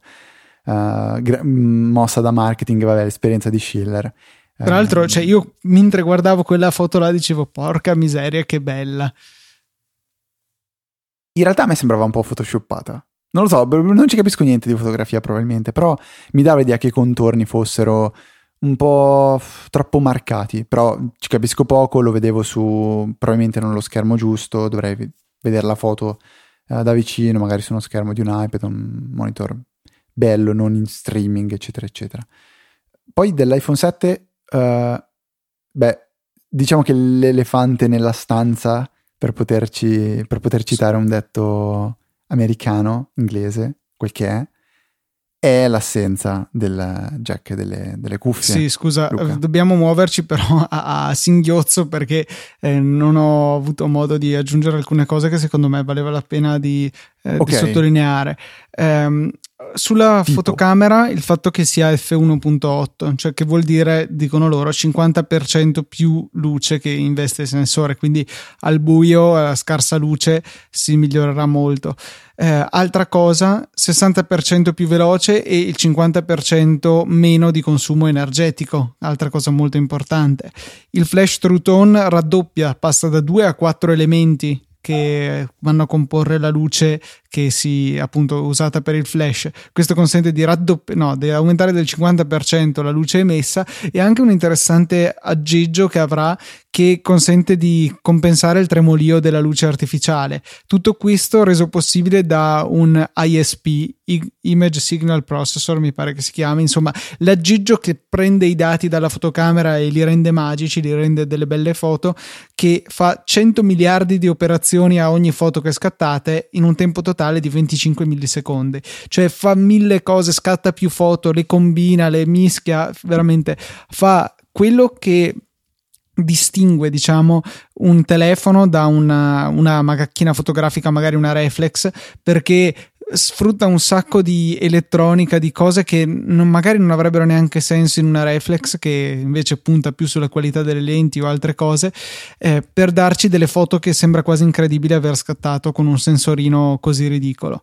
Mossa da marketing, vabbè, l'esperienza di Schiller. Tra l'altro, cioè, io mentre guardavo quella foto là dicevo porca miseria che bella. In realtà a me sembrava un po' photoshoppata. Non lo so, non ci capisco niente di fotografia probabilmente, però mi dava l'idea che i contorni fossero un po' troppo marcati, però ci capisco poco, lo vedevo probabilmente non lo schermo giusto, dovrei vedere la foto da vicino, magari su uno schermo di un iPad, un monitor bello, non in streaming, eccetera, eccetera. Poi dell'iPhone 7, diciamo che l'elefante nella stanza, per poter citare un detto americano, inglese, quel che è l'assenza del jack delle cuffie. Sì, scusa, Luca. Dobbiamo muoverci però a singhiozzo perché non ho avuto modo di aggiungere alcune cose che secondo me valeva la pena di sottolineare. Sulla fotocamera il fatto che sia f1.8, cioè che vuol dire, dicono loro, 50% più luce che investe il sensore, quindi al buio, a scarsa luce si migliorerà molto. Altra cosa, 60% più veloce e il 50% meno di consumo energetico, altra cosa molto importante. Il flash True Tone raddoppia, passa da 2 a 4 elementi che vanno a comporre la luce che si appunto usata per il flash. Questo consente di aumentare del 50% la luce emessa, e anche un interessante aggeggio che avrà, che consente di compensare il tremolio della luce artificiale. Tutto questo reso possibile da un ISP, Image Signal Processor mi pare che si chiami, insomma l'aggeggio che prende i dati dalla fotocamera e li rende magici, li rende delle belle foto, che fa 100 miliardi di operazioni a ogni foto che scattate in un tempo totale di 25 millisecondi, cioè fa 1000 cose, scatta più foto, le combina, le mischia, veramente fa quello che distingue, diciamo, un telefono da una macchina fotografica, magari una reflex, perché sfrutta un sacco di elettronica, di cose che magari non avrebbero neanche senso in una reflex, che invece punta più sulla qualità delle lenti o altre cose, per darci delle foto che sembra quasi incredibile aver scattato con un sensorino così ridicolo.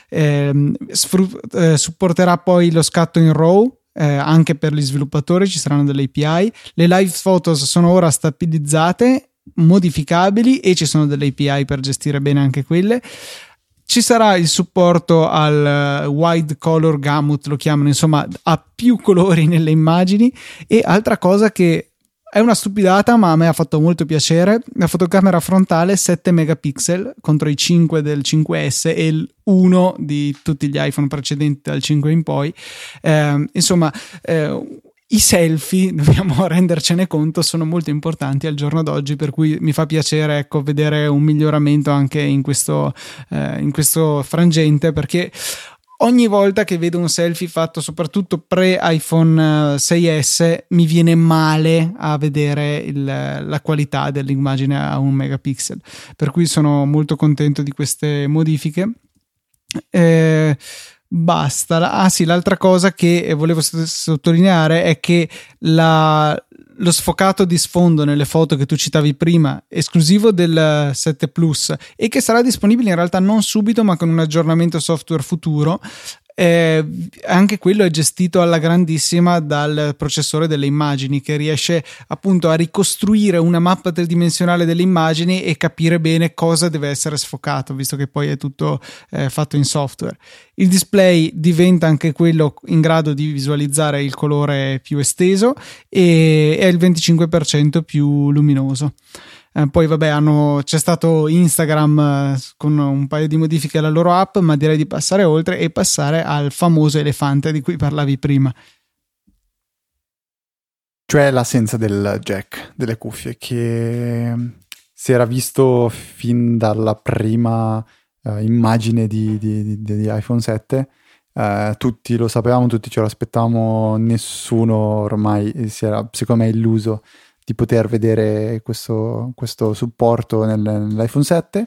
Supporterà poi lo scatto in RAW, anche per gli sviluppatori ci saranno delle API. Le live photos sono ora stabilizzate, modificabili, e ci sono delle API per gestire bene anche quelle. Ci sarà il supporto al wide color gamut, lo chiamano, insomma a più colori nelle immagini. E altra cosa che è una stupidata ma a me ha fatto molto piacere, la fotocamera frontale 7 megapixel contro i 5 del 5S e il 1 di tutti gli iPhone precedenti dal 5 in poi. I selfie, dobbiamo rendercene conto, sono molto importanti al giorno d'oggi, per cui mi fa piacere, ecco, vedere un miglioramento anche in questo frangente, perché ogni volta che vedo un selfie fatto soprattutto pre-iPhone 6S mi viene male a vedere la qualità dell'immagine a 1 megapixel, per cui sono molto contento di queste modifiche. Basta. Ah sì, l'altra cosa che volevo sottolineare è che lo sfocato di sfondo nelle foto che tu citavi prima, esclusivo del 7 Plus, e che sarà disponibile in realtà non subito ma con un aggiornamento software futuro, anche quello è gestito alla grandissima dal processore delle immagini, che riesce appunto a ricostruire una mappa tridimensionale delle immagini e capire bene cosa deve essere sfocato, visto che poi è tutto fatto in software. Il display diventa anche quello in grado di visualizzare il colore più esteso e è il 25% più luminoso. Poi vabbè, c'è stato Instagram con un paio di modifiche alla loro app, ma direi di passare oltre e passare al famoso elefante di cui parlavi prima. Cioè l'assenza del jack, delle cuffie, che si era visto fin dalla prima immagine di iPhone 7. Tutti lo sapevamo, tutti ce lo aspettavamo, nessuno ormai si era, secondo me, illuso di poter vedere questo supporto nell'iPhone 7.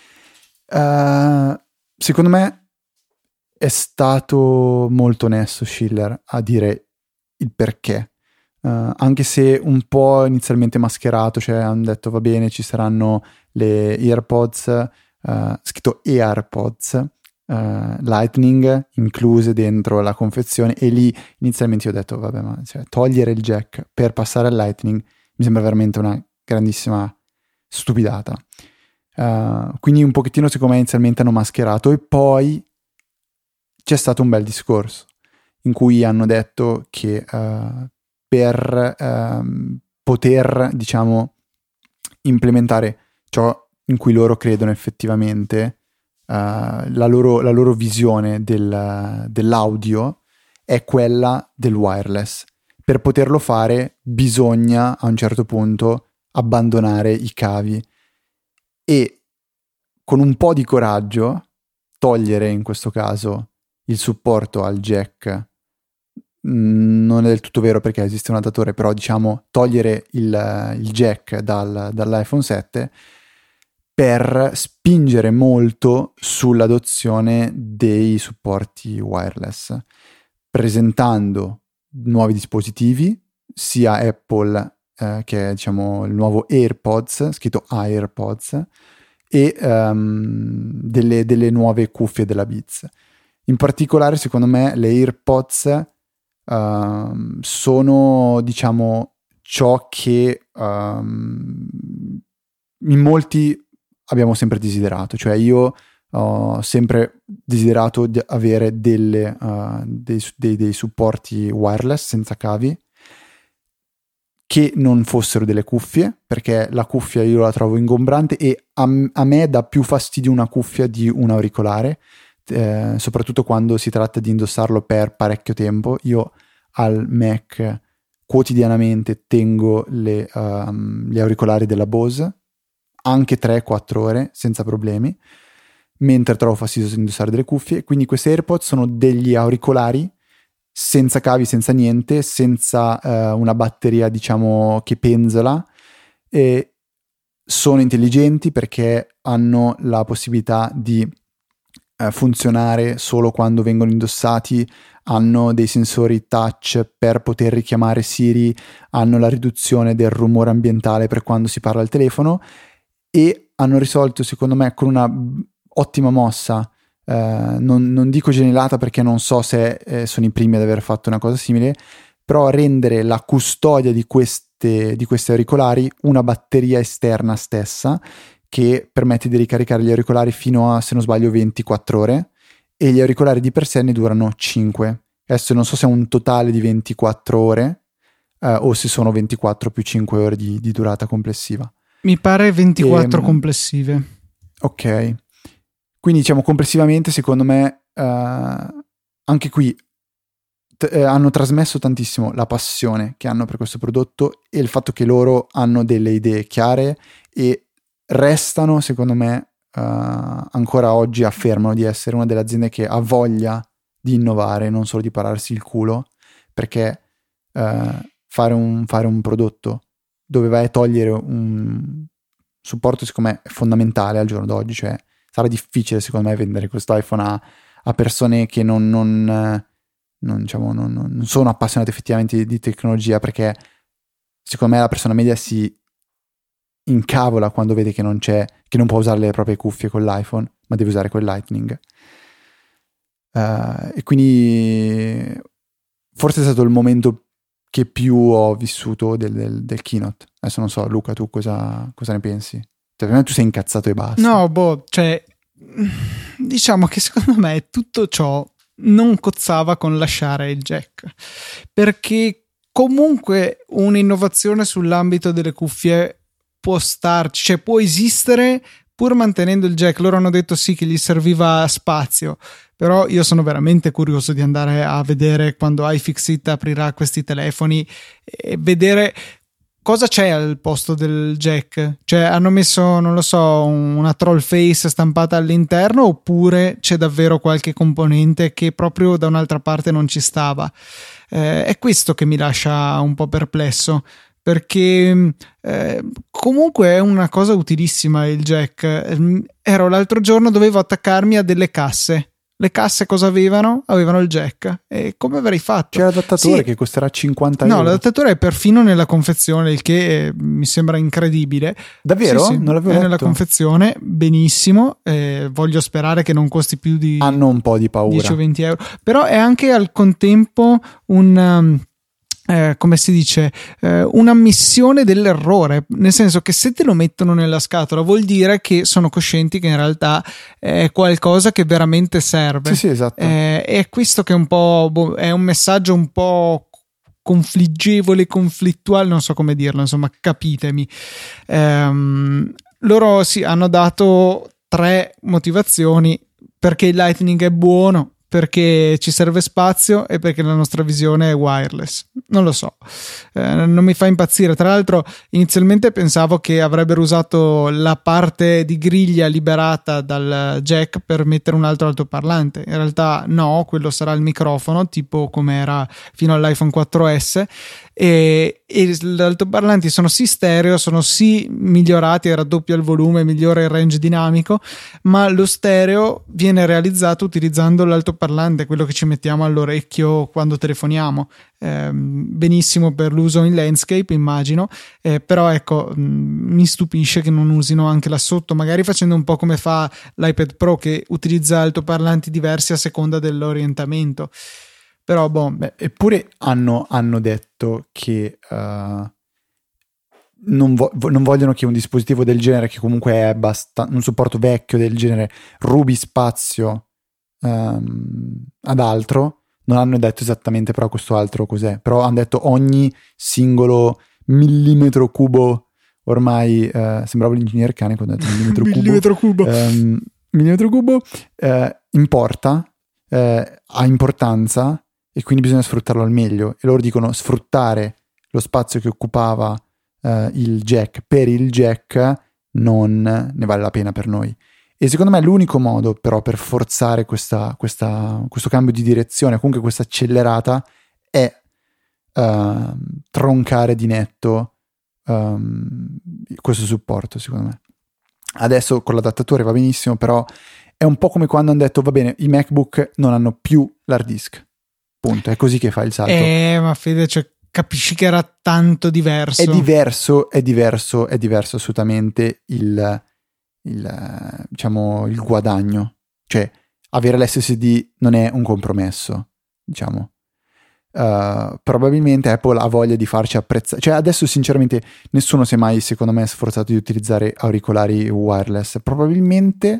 Secondo me è stato molto onesto Schiller a dire il perché, anche se un po' inizialmente mascherato, cioè hanno detto va bene, ci saranno le AirPods, scritto AirPods Lightning incluse dentro la confezione, e lì inizialmente io ho detto vabbè, ma cioè, togliere il jack per passare al Lightning mi sembra veramente una grandissima stupidata. Quindi un pochettino secondo me inizialmente hanno mascherato, e poi c'è stato un bel discorso in cui hanno detto che per poter, diciamo, implementare ciò in cui loro credono effettivamente, la loro visione dell'audio è quella del wireless. Per poterlo fare bisogna a un certo punto abbandonare i cavi e con un po' di coraggio togliere in questo caso il supporto al jack. Non è del tutto vero perché esiste un adattatore, però diciamo togliere il jack dall'iPhone 7 per spingere molto sull'adozione dei supporti wireless, presentando nuovi dispositivi, sia Apple che è diciamo il nuovo AirPods, scritto AirPods, e delle nuove cuffie della Beats. In particolare secondo me le AirPods sono diciamo ciò che in molti abbiamo sempre desiderato, cioè io ho sempre desiderato di avere dei supporti wireless senza cavi che non fossero delle cuffie, perché la cuffia io la trovo ingombrante e a me dà più fastidio una cuffia di un auricolare, soprattutto quando si tratta di indossarlo per parecchio tempo. Io al Mac quotidianamente tengo gli auricolari della Bose anche 3-4 ore senza problemi, mentre trovo fastidioso indossare delle cuffie. Quindi questi AirPods sono degli auricolari senza cavi, senza niente, senza una batteria diciamo che penzola, e sono intelligenti perché hanno la possibilità di funzionare solo quando vengono indossati, hanno dei sensori touch per poter richiamare Siri, hanno la riduzione del rumore ambientale per quando si parla al telefono, e hanno risolto secondo me con una ottima mossa, non dico genialata perché non so se sono i primi ad aver fatto una cosa simile, però rendere la custodia di questi auricolari una batteria esterna stessa che permette di ricaricare gli auricolari fino a, se non sbaglio, 24 ore, e gli auricolari di per sé ne durano 5. Adesso non so se è un totale di 24 ore o se sono 24 più 5 ore di durata complessiva. Mi pare 24 complessive. Ok. Quindi diciamo complessivamente secondo me anche qui hanno trasmesso tantissimo la passione che hanno per questo prodotto e il fatto che loro hanno delle idee chiare e restano, secondo me, ancora oggi affermano di essere una delle aziende che ha voglia di innovare, non solo di pararsi il culo, perché fare un prodotto dove vai a togliere un supporto, secondo me, è fondamentale al giorno d'oggi. Cioè sarà difficile, secondo me, vendere questo iPhone a persone che non sono appassionate effettivamente di tecnologia, perché secondo me la persona media si incavola quando vede che non può usare le proprie cuffie con l'iPhone, ma deve usare quel Lightning. E quindi forse è stato il momento che più ho vissuto del keynote. Adesso non so, Luca, tu cosa ne pensi? Per me tu sei incazzato e basta. No, cioè, diciamo che secondo me tutto ciò non cozzava con lasciare il jack, perché comunque un'innovazione sull'ambito delle cuffie può starci, cioè può esistere pur mantenendo il jack. Loro hanno detto sì che gli serviva spazio, però io sono veramente curioso di andare a vedere quando iFixit aprirà questi telefoni e vedere cosa c'è al posto del jack. Cioè hanno messo, non lo so, una troll face stampata all'interno, oppure c'è davvero qualche componente che proprio da un'altra parte non ci stava. È questo che mi lascia un po' perplesso, perché comunque è una cosa utilissima il jack. Ero l'altro giorno, dovevo attaccarmi a delle casse. Le casse cosa avevano? Avevano il jack. E come avrei fatto? C'è l'adattatore, sì, che costerà 50 no, euro. l'adattatore è perfino nella confezione, il che mi sembra incredibile. Davvero? Sì, non l'avevo è letto. nella confezione, benissimo. Voglio sperare che non costi più di hanno un po' di paura, 10 o 20 euro. Però è anche al contempo un come si dice, un'ammissione dell'errore, nel senso che se te lo mettono nella scatola vuol dire che sono coscienti che in realtà è qualcosa che veramente serve. Sì, esatto. È questo che è un po' è un messaggio un po' conflittuale, non so come dirlo, insomma, capitemi. Loro sì, hanno dato 3 motivazioni: perché il Lightning è buono, perché ci serve spazio e perché la nostra visione è wireless. Non lo so, non mi fa impazzire. Tra l'altro inizialmente pensavo che avrebbero usato la parte di griglia liberata dal jack per mettere un altro altoparlante. In realtà no, quello sarà il microfono, tipo come era fino all'iPhone 4S, e gli altoparlanti sono sì stereo, sono sì migliorati, raddoppia il volume, migliora il range dinamico, ma lo stereo viene realizzato utilizzando l'altoparlante, quello che ci mettiamo all'orecchio quando telefoniamo. Benissimo per l'uso in landscape, immagino, però ecco, mi stupisce che non usino anche là sotto, magari facendo un po' come fa l'iPad Pro, che utilizza altoparlanti diversi a seconda dell'orientamento. Però eppure hanno detto che non vogliono che un dispositivo del genere, che comunque è un supporto vecchio del genere, rubi spazio ad altro. Non hanno detto esattamente però questo altro cos'è, però hanno detto ogni singolo millimetro cubo. Ormai sembravo l'ingegnere cane quando ho detto millimetro cubo importa, ha importanza, e quindi bisogna sfruttarlo al meglio. E loro dicono: sfruttare lo spazio che occupava il jack per il jack non ne vale la pena per noi. E secondo me l'unico modo però per forzare questo cambio di direzione, comunque questa accelerata, è troncare di netto questo supporto. Secondo me adesso con l'adattatore va benissimo, però è un po' come quando hanno detto: va bene, i MacBook non hanno più l'hard disk, punto. È così che fa il salto. Ma Fede, cioè, capisci che era tanto diverso. È diverso assolutamente il guadagno. Cioè, avere l'SSD non è un compromesso, diciamo. Probabilmente Apple ha voglia di farci apprezzare. Cioè, adesso sinceramente nessuno si è mai, secondo me, sforzato di utilizzare auricolari wireless. Probabilmente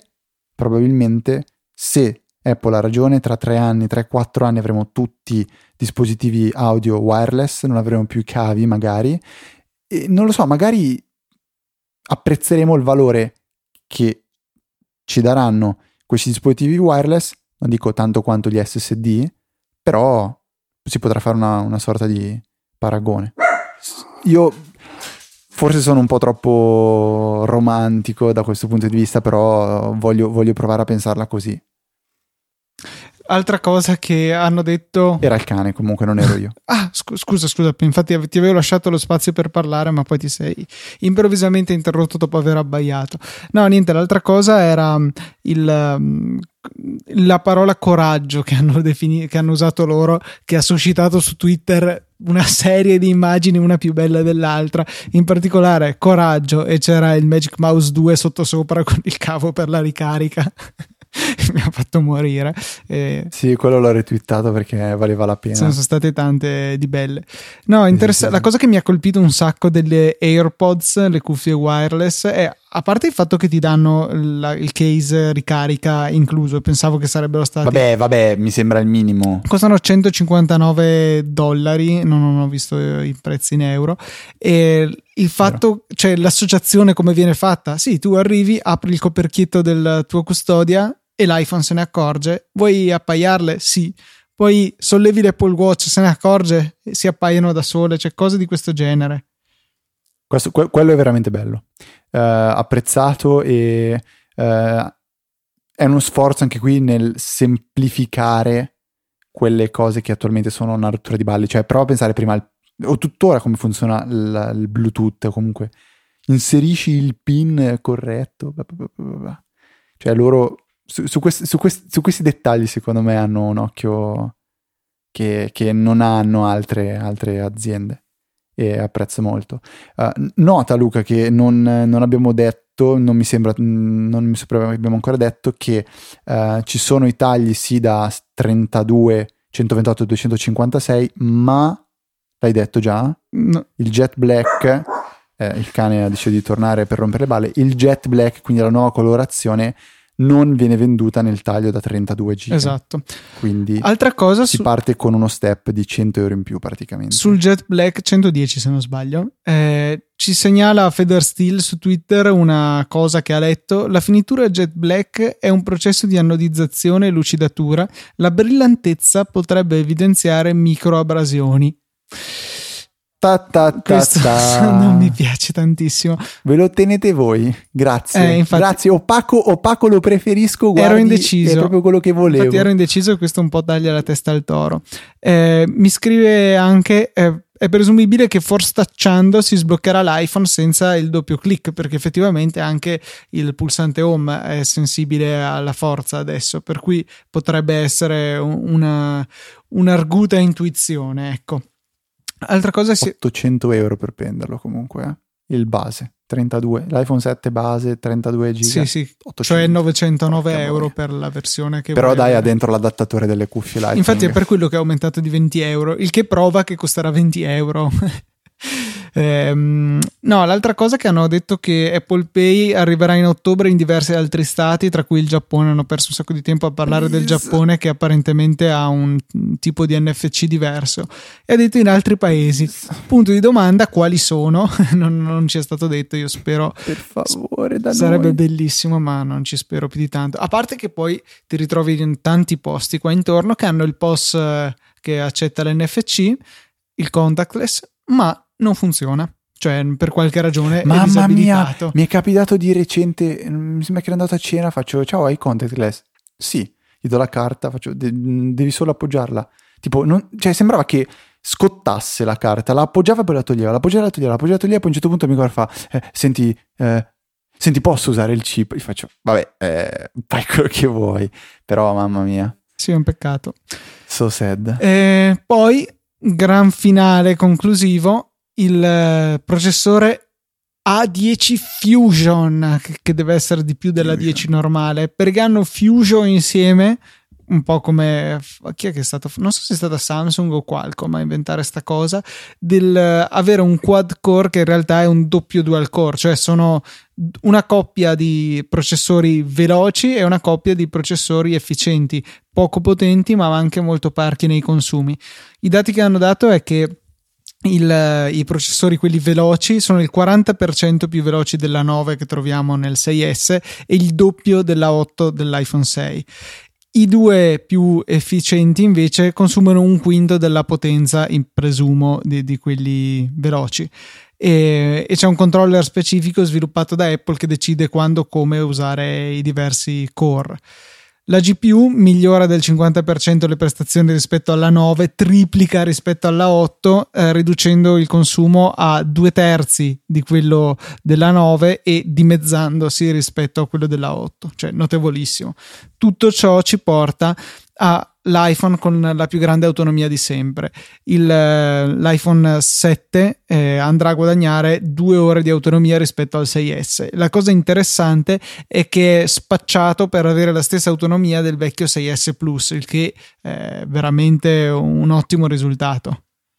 se Apple ha ragione, tra 3-4 anni avremo tutti dispositivi audio wireless, non avremo più i cavi magari, e non lo so, magari apprezzeremo il valore che ci daranno questi dispositivi wireless, non dico tanto quanto gli SSD, però si potrà fare una sorta di paragone. Io forse sono un po' troppo romantico da questo punto di vista, però voglio provare a pensarla così. Altra cosa che hanno detto... Era il cane, comunque non ero io. Ah, scusa, infatti ti avevo lasciato lo spazio per parlare, ma poi ti sei improvvisamente interrotto dopo aver abbaiato. No, niente, l'altra cosa era la parola coraggio che hanno usato loro, che ha suscitato su Twitter una serie di immagini, una più bella dell'altra, in particolare coraggio, e c'era il Magic Mouse 2 sottosopra con il cavo per la ricarica. Mi ha fatto morire. Sì, quello l'ho retweetato perché valeva la pena. Sono state tante di belle. No, la cosa che mi ha colpito un sacco delle AirPods, le cuffie wireless, è, a parte il fatto che ti danno il case ricarica incluso, pensavo che sarebbero stati... Vabbè, mi sembra il minimo. Costano $159, non ho visto i prezzi in euro, e il fatto, cioè l'associazione come viene fatta? Sì, tu arrivi, apri il coperchietto del tuo custodia e l'iPhone se ne accorge. Vuoi appaiarle? Sì. Poi sollevi l'Apple Watch, se ne accorge, si appaiano da sole, cioè cose di questo genere. Quello è veramente bello, apprezzato, e è uno sforzo anche qui nel semplificare quelle cose che attualmente sono una rottura di balle. Cioè prova a pensare prima o tuttora come funziona il Bluetooth, o comunque inserisci il pin corretto, cioè loro su questi dettagli secondo me hanno un occhio che non hanno altre aziende, e apprezzo molto. Nota, Luca, che non abbiamo detto, non mi sembra abbiamo ancora detto che ci sono i tagli sì da 32, 128 e 256, ma l'hai detto già? No. Il Jet Black, il cane ha deciso di tornare per rompere le balle, il Jet Black, quindi la nuova colorazione, non viene venduta nel taglio da 32 giga. Esatto. Quindi altra cosa, si parte con uno step di 100 euro in più praticamente. Sul Jet Black 110 se non sbaglio, ci segnala Feder Steel su Twitter una cosa che ha letto: la finitura Jet Black è un processo di anodizzazione e lucidatura, la brillantezza potrebbe evidenziare microabrasioni. Questo non mi piace tantissimo. Ve lo tenete voi? Grazie. Infatti, grazie. Opaco lo preferisco. Guardi, ero indeciso. È proprio quello che volevo. Infatti ero indeciso, e questo un po' taglia la testa al toro. Mi scrive anche: è presumibile che forse touchando si sbloccherà l'iPhone senza il doppio click, perché effettivamente anche il pulsante home è sensibile alla forza adesso, per cui potrebbe essere un'arguta intuizione, ecco. Altra cosa, 800 euro per prenderlo comunque, il base 32, l'iPhone 7 base 32 giga, sì, 800. Cioè 909 euro per la versione che però vuoi ha dentro l'adattatore delle cuffie Lightning. Infatti è per quello che è aumentato di 20 euro, il che prova che costerà 20 euro. No, l'altra cosa che hanno detto che Apple Pay arriverà in ottobre in diversi altri stati, tra cui il Giappone. Hanno perso un sacco di tempo a parlare del Giappone, che apparentemente ha un tipo di NFC diverso, e ha detto in altri paesi. Punto di domanda: quali sono? non ci è stato detto. Io spero, per favore, sarebbe bellissimo, ma non ci spero più di tanto, a parte che poi ti ritrovi in tanti posti qua intorno che hanno il POS che accetta l'NFC, il contactless, ma non funziona, cioè per qualche ragione è disabilitato. Mia, mi è capitato di recente, mi sembra che ero andato a cena, faccio: ciao, hai contactless? Sì, gli do la carta, faccio: devi solo appoggiarla, tipo cioè sembrava che scottasse la carta, la appoggiava e poi la toglieva, poi a un certo punto mi guarda, fa senti, posso usare il chip? Gli faccio: vabbè, fai quello che vuoi, però mamma mia, sì, è un peccato. So sad. Poi gran finale conclusivo, il processore A10 Fusion, che deve essere di più della 10 normale, perché hanno Fusion insieme, un po' come chi è che è stato, non so se è stata Samsung o Qualcomm a inventare sta cosa del avere un quad core che in realtà è un doppio dual core, cioè sono una coppia di processori veloci e una coppia di processori efficienti, poco potenti ma anche molto parchi nei consumi. I dati che hanno dato è che i processori, quelli veloci, sono il 40% più veloci della 9 che troviamo nel 6S e il doppio della 8 dell'iPhone 6. I due più efficienti invece consumano un quinto della potenza, presumo, di quelli veloci. E c'è un controller specifico sviluppato da Apple che decide quando e come usare i diversi core. La GPU migliora del 50% le prestazioni rispetto alla 9, triplica rispetto alla 8, riducendo il consumo a 2/3 di quello della 9 e dimezzandosi rispetto a quello della 8, cioè notevolissimo. Tutto ciò ci porta all'iPhone con la più grande autonomia di sempre. L'iPhone 7 andrà a guadagnare 2 ore di autonomia rispetto al 6S. La cosa interessante è che è spacciato per avere la stessa autonomia del vecchio 6S Plus, il che è veramente un ottimo risultato.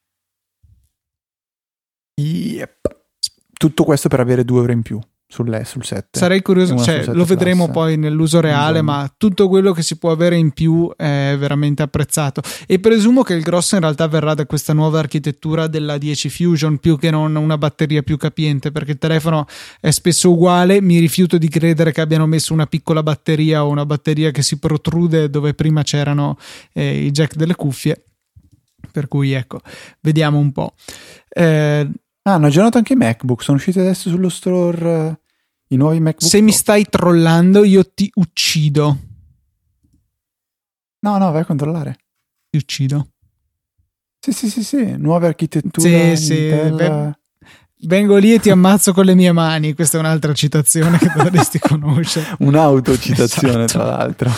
Yep. Tutto questo per avere 2 ore in più sul 7. Sarei curioso, cioè, lo vedremo plus. Poi nell'uso reale, ma tutto quello che si può avere in più è veramente apprezzato, e presumo che il grosso in realtà verrà da questa nuova architettura della 10 Fusion, più che non una batteria più capiente, perché il telefono è spesso uguale. Mi rifiuto di credere che abbiano messo una piccola batteria o una batteria che si protrude dove prima c'erano i jack delle cuffie, per cui ecco, vediamo un po'. Hanno aggiornato anche i MacBook, sono usciti adesso sullo store i nuovi MacBook. Se mi stai trollando io ti uccido. No, vai a controllare. Ti uccido. Sì, nuove architetture. Sì. Vengo lì e ti ammazzo con le mie mani. Questa è un'altra citazione che dovresti conoscere. Un'autocitazione, esatto. Tra l'altro.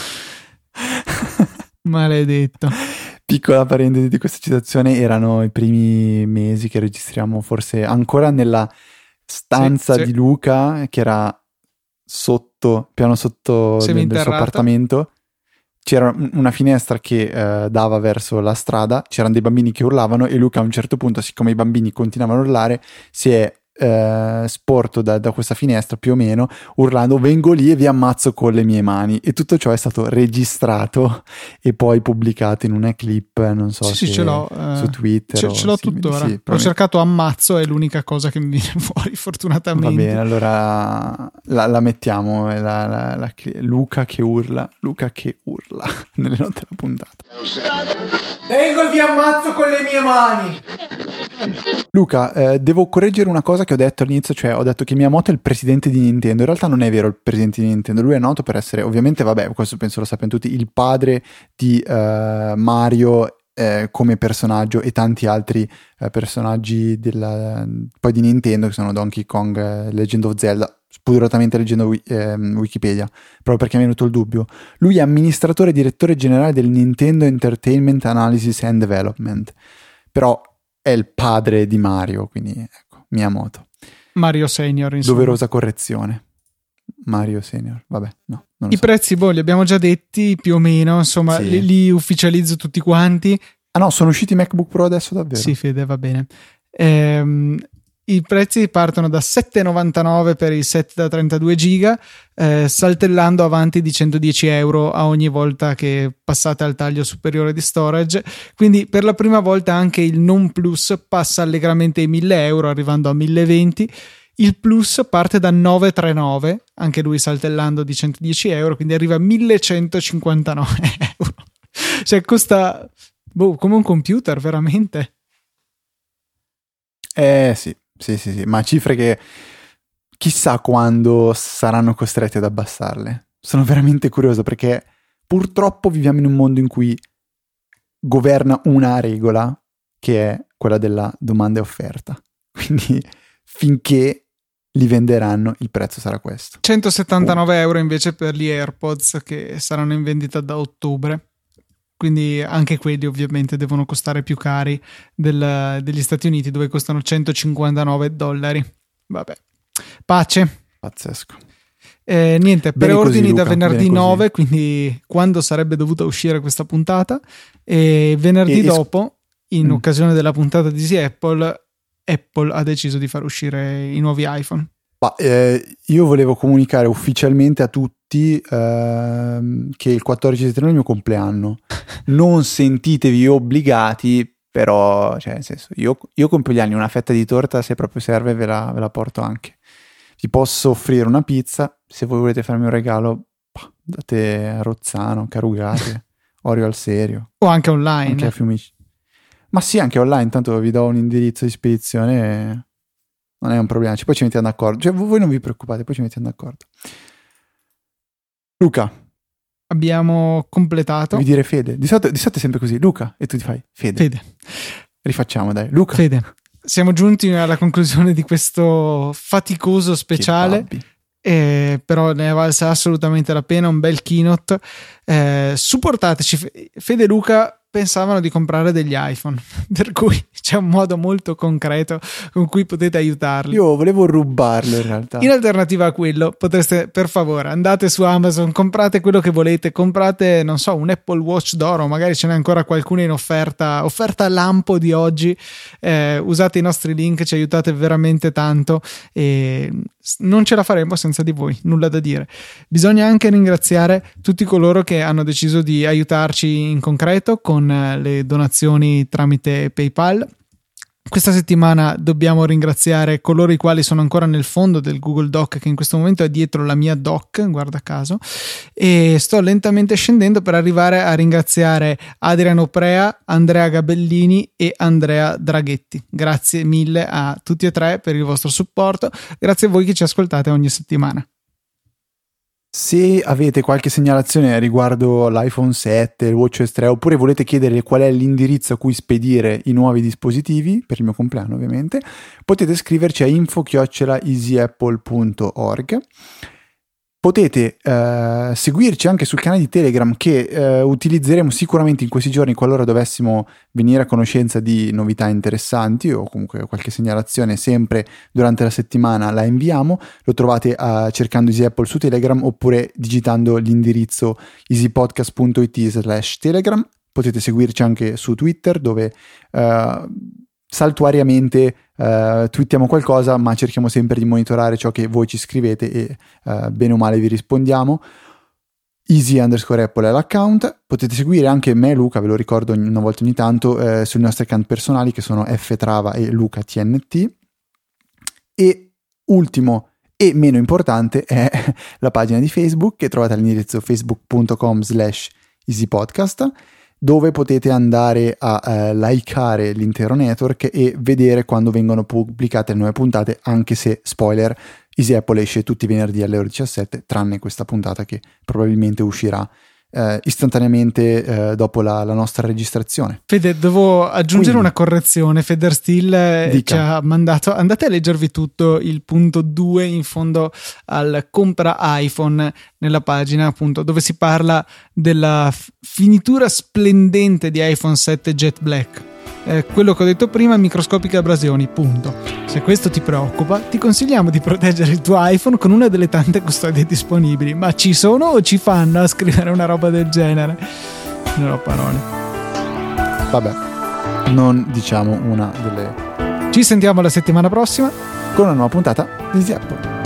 Maledetto. Piccola parentesi di questa citazione, erano i primi mesi che registriamo forse ancora nella stanza di Luca, che era piano sotto del suo appartamento. C'era una finestra che dava verso la strada, c'erano dei bambini che urlavano e Luca a un certo punto, siccome i bambini continuavano a urlare, si è sporto da questa finestra più o meno, urlando vengo lì e vi ammazzo con le mie mani, e tutto ciò è stato registrato e poi pubblicato in una clip, non so se ce l'ho, su Twitter ce l'ho tuttora. Ho cercato ammazzo, è l'unica cosa che mi viene fuori fortunatamente. Va bene, allora la mettiamo, Luca che urla nelle note della puntata. Vengo e vi ammazzo con le mie mani. Luca, devo correggere una cosa che ho detto all'inizio, cioè ho detto che Miyamoto è il presidente di Nintendo. In realtà non è vero il presidente di Nintendo, lui è noto per essere, ovviamente, vabbè, questo penso lo sappiano tutti, il padre di Mario come personaggio e tanti altri personaggi poi di Nintendo, che sono Donkey Kong, Legend of Zelda, spudoratamente leggendo Wikipedia, proprio perché mi è venuto il dubbio. Lui è amministratore e direttore generale del Nintendo Entertainment Analysis and Development, però è il padre di Mario, quindi ecco, Miyamoto. Mario Senior, insomma. Doverosa correzione. Mario Senior, vabbè, no. Non lo I prezzi, li abbiamo già detti più o meno, insomma, sì. li ufficializzo tutti quanti. Ah no, sono usciti i MacBook Pro adesso davvero? Sì, Fede, va bene. I prezzi partono da 7,99 per il set da 32 giga, saltellando avanti di 110 euro a ogni volta che passate al taglio superiore di storage. Quindi per la prima volta anche il non plus passa allegramente ai 1.000 euro, arrivando a 1.020. Il plus parte da 939, anche lui saltellando di 110 euro, quindi arriva a 1.159 euro. Cioè costa come un computer, veramente. Sì, ma cifre che chissà quando saranno costretti ad abbassarle. Sono veramente curioso, perché purtroppo viviamo in un mondo in cui governa una regola, che è quella della domanda e offerta. Quindi finché li venderanno il prezzo sarà questo. 179 euro invece per gli AirPods, che saranno in vendita da ottobre. Quindi anche quelli ovviamente devono costare più cari degli Stati Uniti, dove costano $159. Vabbè, pace. Pazzesco. Niente, bene preordini così, Luca, da venerdì 9, quindi quando sarebbe dovuta uscire questa puntata, e venerdì dopo, in occasione della puntata di Apple ha deciso di far uscire i nuovi iPhone. Io volevo comunicare ufficialmente a tutti che il 14 settembre è il mio compleanno. Non sentitevi obbligati, però, cioè, nel senso, io compio gli anni, una fetta di torta, se proprio serve, ve la porto anche. Vi posso offrire una pizza, se voi volete farmi un regalo, Date a Rozzano, Carugate, Orio al Serio. O anche online. Anche a Fiumicino. Ma sì, anche online, tanto vi do un indirizzo di spedizione, non è un problema, poi ci mettiamo d'accordo. Cioè, voi non vi preoccupate, poi ci mettiamo d'accordo. Luca. Abbiamo completato. Devi dire Fede. Di solito è sempre così, Luca, e tu ti fai Fede. Rifacciamo, dai. Luca. Fede. Siamo giunti alla conclusione di questo faticoso speciale. Però ne è valsa assolutamente la pena, un bel keynote. Supportateci. Fede e Luca pensavano di comprare degli iPhone, per cui c'è un modo molto concreto con cui potete aiutarli. Io volevo rubarlo in realtà. In alternativa a quello, potreste, per favore, andate su Amazon, comprate quello che volete, comprate, non so, un Apple Watch d'oro, magari ce n'è ancora qualcuno in offerta lampo di oggi. Usate i nostri link, ci aiutate veramente tanto e non ce la faremo senza di voi, nulla da dire. Bisogna anche ringraziare tutti coloro che hanno deciso di aiutarci in concreto con le donazioni tramite PayPal. Questa settimana dobbiamo ringraziare coloro i quali sono ancora nel fondo del Google Doc, che in questo momento è dietro la mia doc, guarda caso, e sto lentamente scendendo per arrivare a ringraziare Adriano Prea, Andrea Gabellini e Andrea Draghetti. Grazie mille a tutti e tre per il vostro supporto, grazie a voi che ci ascoltate ogni settimana. Se avete qualche segnalazione riguardo l'iPhone 7, il WatchOS 3, oppure volete chiedere qual è l'indirizzo a cui spedire i nuovi dispositivi, per il mio compleanno ovviamente, potete scriverci a info@easyapple.org. Potete seguirci anche sul canale di Telegram che utilizzeremo sicuramente in questi giorni qualora dovessimo venire a conoscenza di novità interessanti o comunque qualche segnalazione sempre durante la settimana la inviamo. Lo trovate cercando Easy Apple su Telegram oppure digitando l'indirizzo easypodcast.it/telegram. Potete seguirci anche su Twitter dove saltuariamente twittiamo qualcosa, ma cerchiamo sempre di monitorare ciò che voi ci scrivete e bene o male vi rispondiamo. Easy_Apple è l'account. Potete seguire anche me e Luca, ve lo ricordo una volta ogni tanto, sui nostri account personali che sono ftrava e lucatnt. E ultimo e meno importante è la pagina di Facebook che trovate all'indirizzo facebook.com/easypodcast, dove potete andare a likeare l'intero network e vedere quando vengono pubblicate le nuove puntate, anche se, spoiler, Easy Apple esce tutti i venerdì alle ore 17, tranne questa puntata che probabilmente uscirà istantaneamente dopo la nostra registrazione. Fede, devo aggiungere una correzione. Feder Steel ci ha mandato, andate a leggervi tutto il punto 2 in fondo al compra iPhone nella pagina, appunto, dove si parla della finitura splendente di iPhone 7 Jet Black. Quello che ho detto prima, microscopiche abrasioni, punto. Se questo ti preoccupa, ti consigliamo di proteggere il tuo iPhone con una delle tante custodie disponibili. Ma ci sono o ci fanno a scrivere una roba del genere? Non ho parole. Vabbè, non diciamo una delle... Ci sentiamo la settimana prossima con una nuova puntata di Easy Apple.